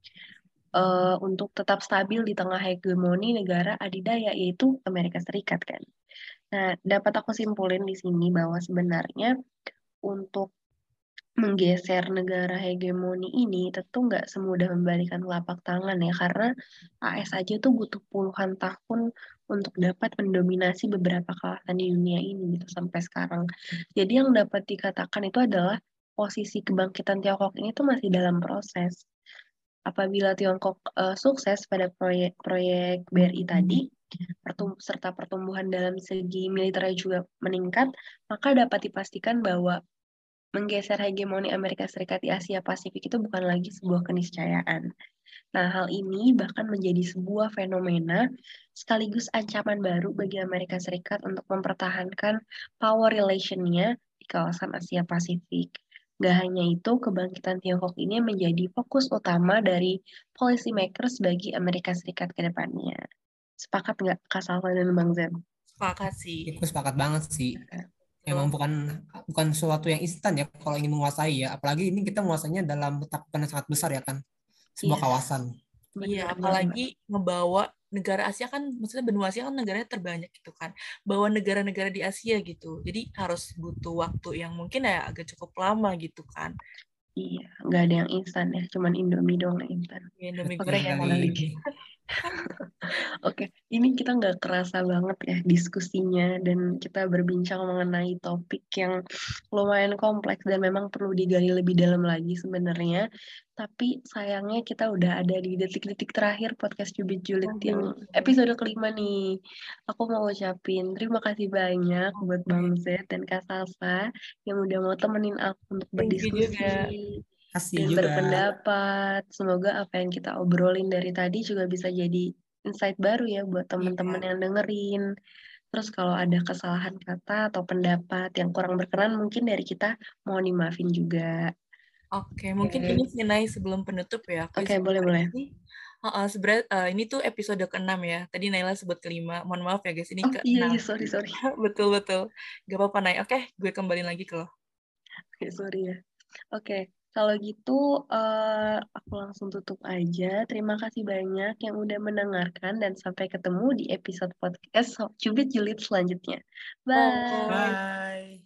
Untuk tetap stabil di tengah hegemoni negara adidaya yaitu Amerika Serikat kan. Nah, dapat aku simpulin di sini bahwa sebenarnya untuk menggeser negara hegemoni ini tentu nggak semudah membalikan telapak tangan ya karena AS aja tuh butuh puluhan tahun untuk dapat mendominasi beberapa kawasan di dunia ini gitu sampai sekarang. Jadi yang dapat dikatakan itu adalah posisi kebangkitan Tiongkok ini tuh masih dalam proses. Apabila Tiongkok sukses pada proyek BRI tadi, serta pertumbuhan dalam segi militernya juga meningkat, maka dapat dipastikan bahwa menggeser hegemoni Amerika Serikat di Asia Pasifik itu bukan lagi sebuah keniscayaan. Nah, hal ini bahkan menjadi sebuah fenomena sekaligus ancaman baru bagi Amerika Serikat untuk mempertahankan power relation-nya di kawasan Asia Pasifik. Gak hanya itu, kebangkitan Tiongkok ini menjadi fokus utama dari policy makers bagi Amerika Serikat ke depannya. Sepakat nggak Kak Salva dan Bang Zen? Sepakat sih. Aku sepakat banget sih. Memang Betul. bukan sesuatu yang instan ya kalau ingin menguasai ya. Apalagi ini kita menguasainya dalam cakupan yang sangat besar ya kan. Sebuah Yes, kawasan. Iya, benar banget. apalagi ngebawa negara Asia kan, maksudnya benua Asia kan negaranya terbanyak gitu kan. Bawa negara-negara di Asia gitu. Jadi harus butuh waktu yang mungkin ya agak cukup lama gitu kan. Iya, nggak ada yang instan ya, cuman Indomie doang yang instan. Ya, Indomie Betul goreng yang sekali. balik. Oke, ini kita nggak kerasa banget ya diskusinya dan kita berbincang mengenai topik yang lumayan kompleks dan memang perlu digali lebih dalam lagi sebenarnya. Tapi sayangnya kita udah ada di detik-detik terakhir podcast Cubit Julid yang Aduh. episode kelima nih. Aku mau ucapin terima kasih banyak buat Bang Oke. Z dan Kak Salsa yang udah mau temenin aku untuk Thank you berdiskusi juga. Kasih dan juga. berpendapat. Semoga apa yang kita obrolin dari tadi juga bisa jadi insight baru ya buat teman-teman Iya. yang dengerin. Terus kalau ada kesalahan kata atau pendapat yang kurang berkenan mungkin dari kita mohon dimaafin juga. Oke, mungkin ini Oke, sih Nay sebelum penutup ya, aku oke izin boleh-boleh. koreksi. Sebenarnya ini tuh episode ke-6 ya. Tadi Naila sebut ke-5. Mohon maaf ya guys, ini Oh iya, ke-6. iya, sorry. Betul-betul. Gak apa-apa Nay. Oke, gue kembali lagi ke lo. Oke, sorry ya. Oke, Kalau gitu, aku langsung tutup aja. Terima kasih banyak yang udah mendengarkan dan sampai ketemu di episode podcast Cubit Julid selanjutnya. Bye. Bye. Bye.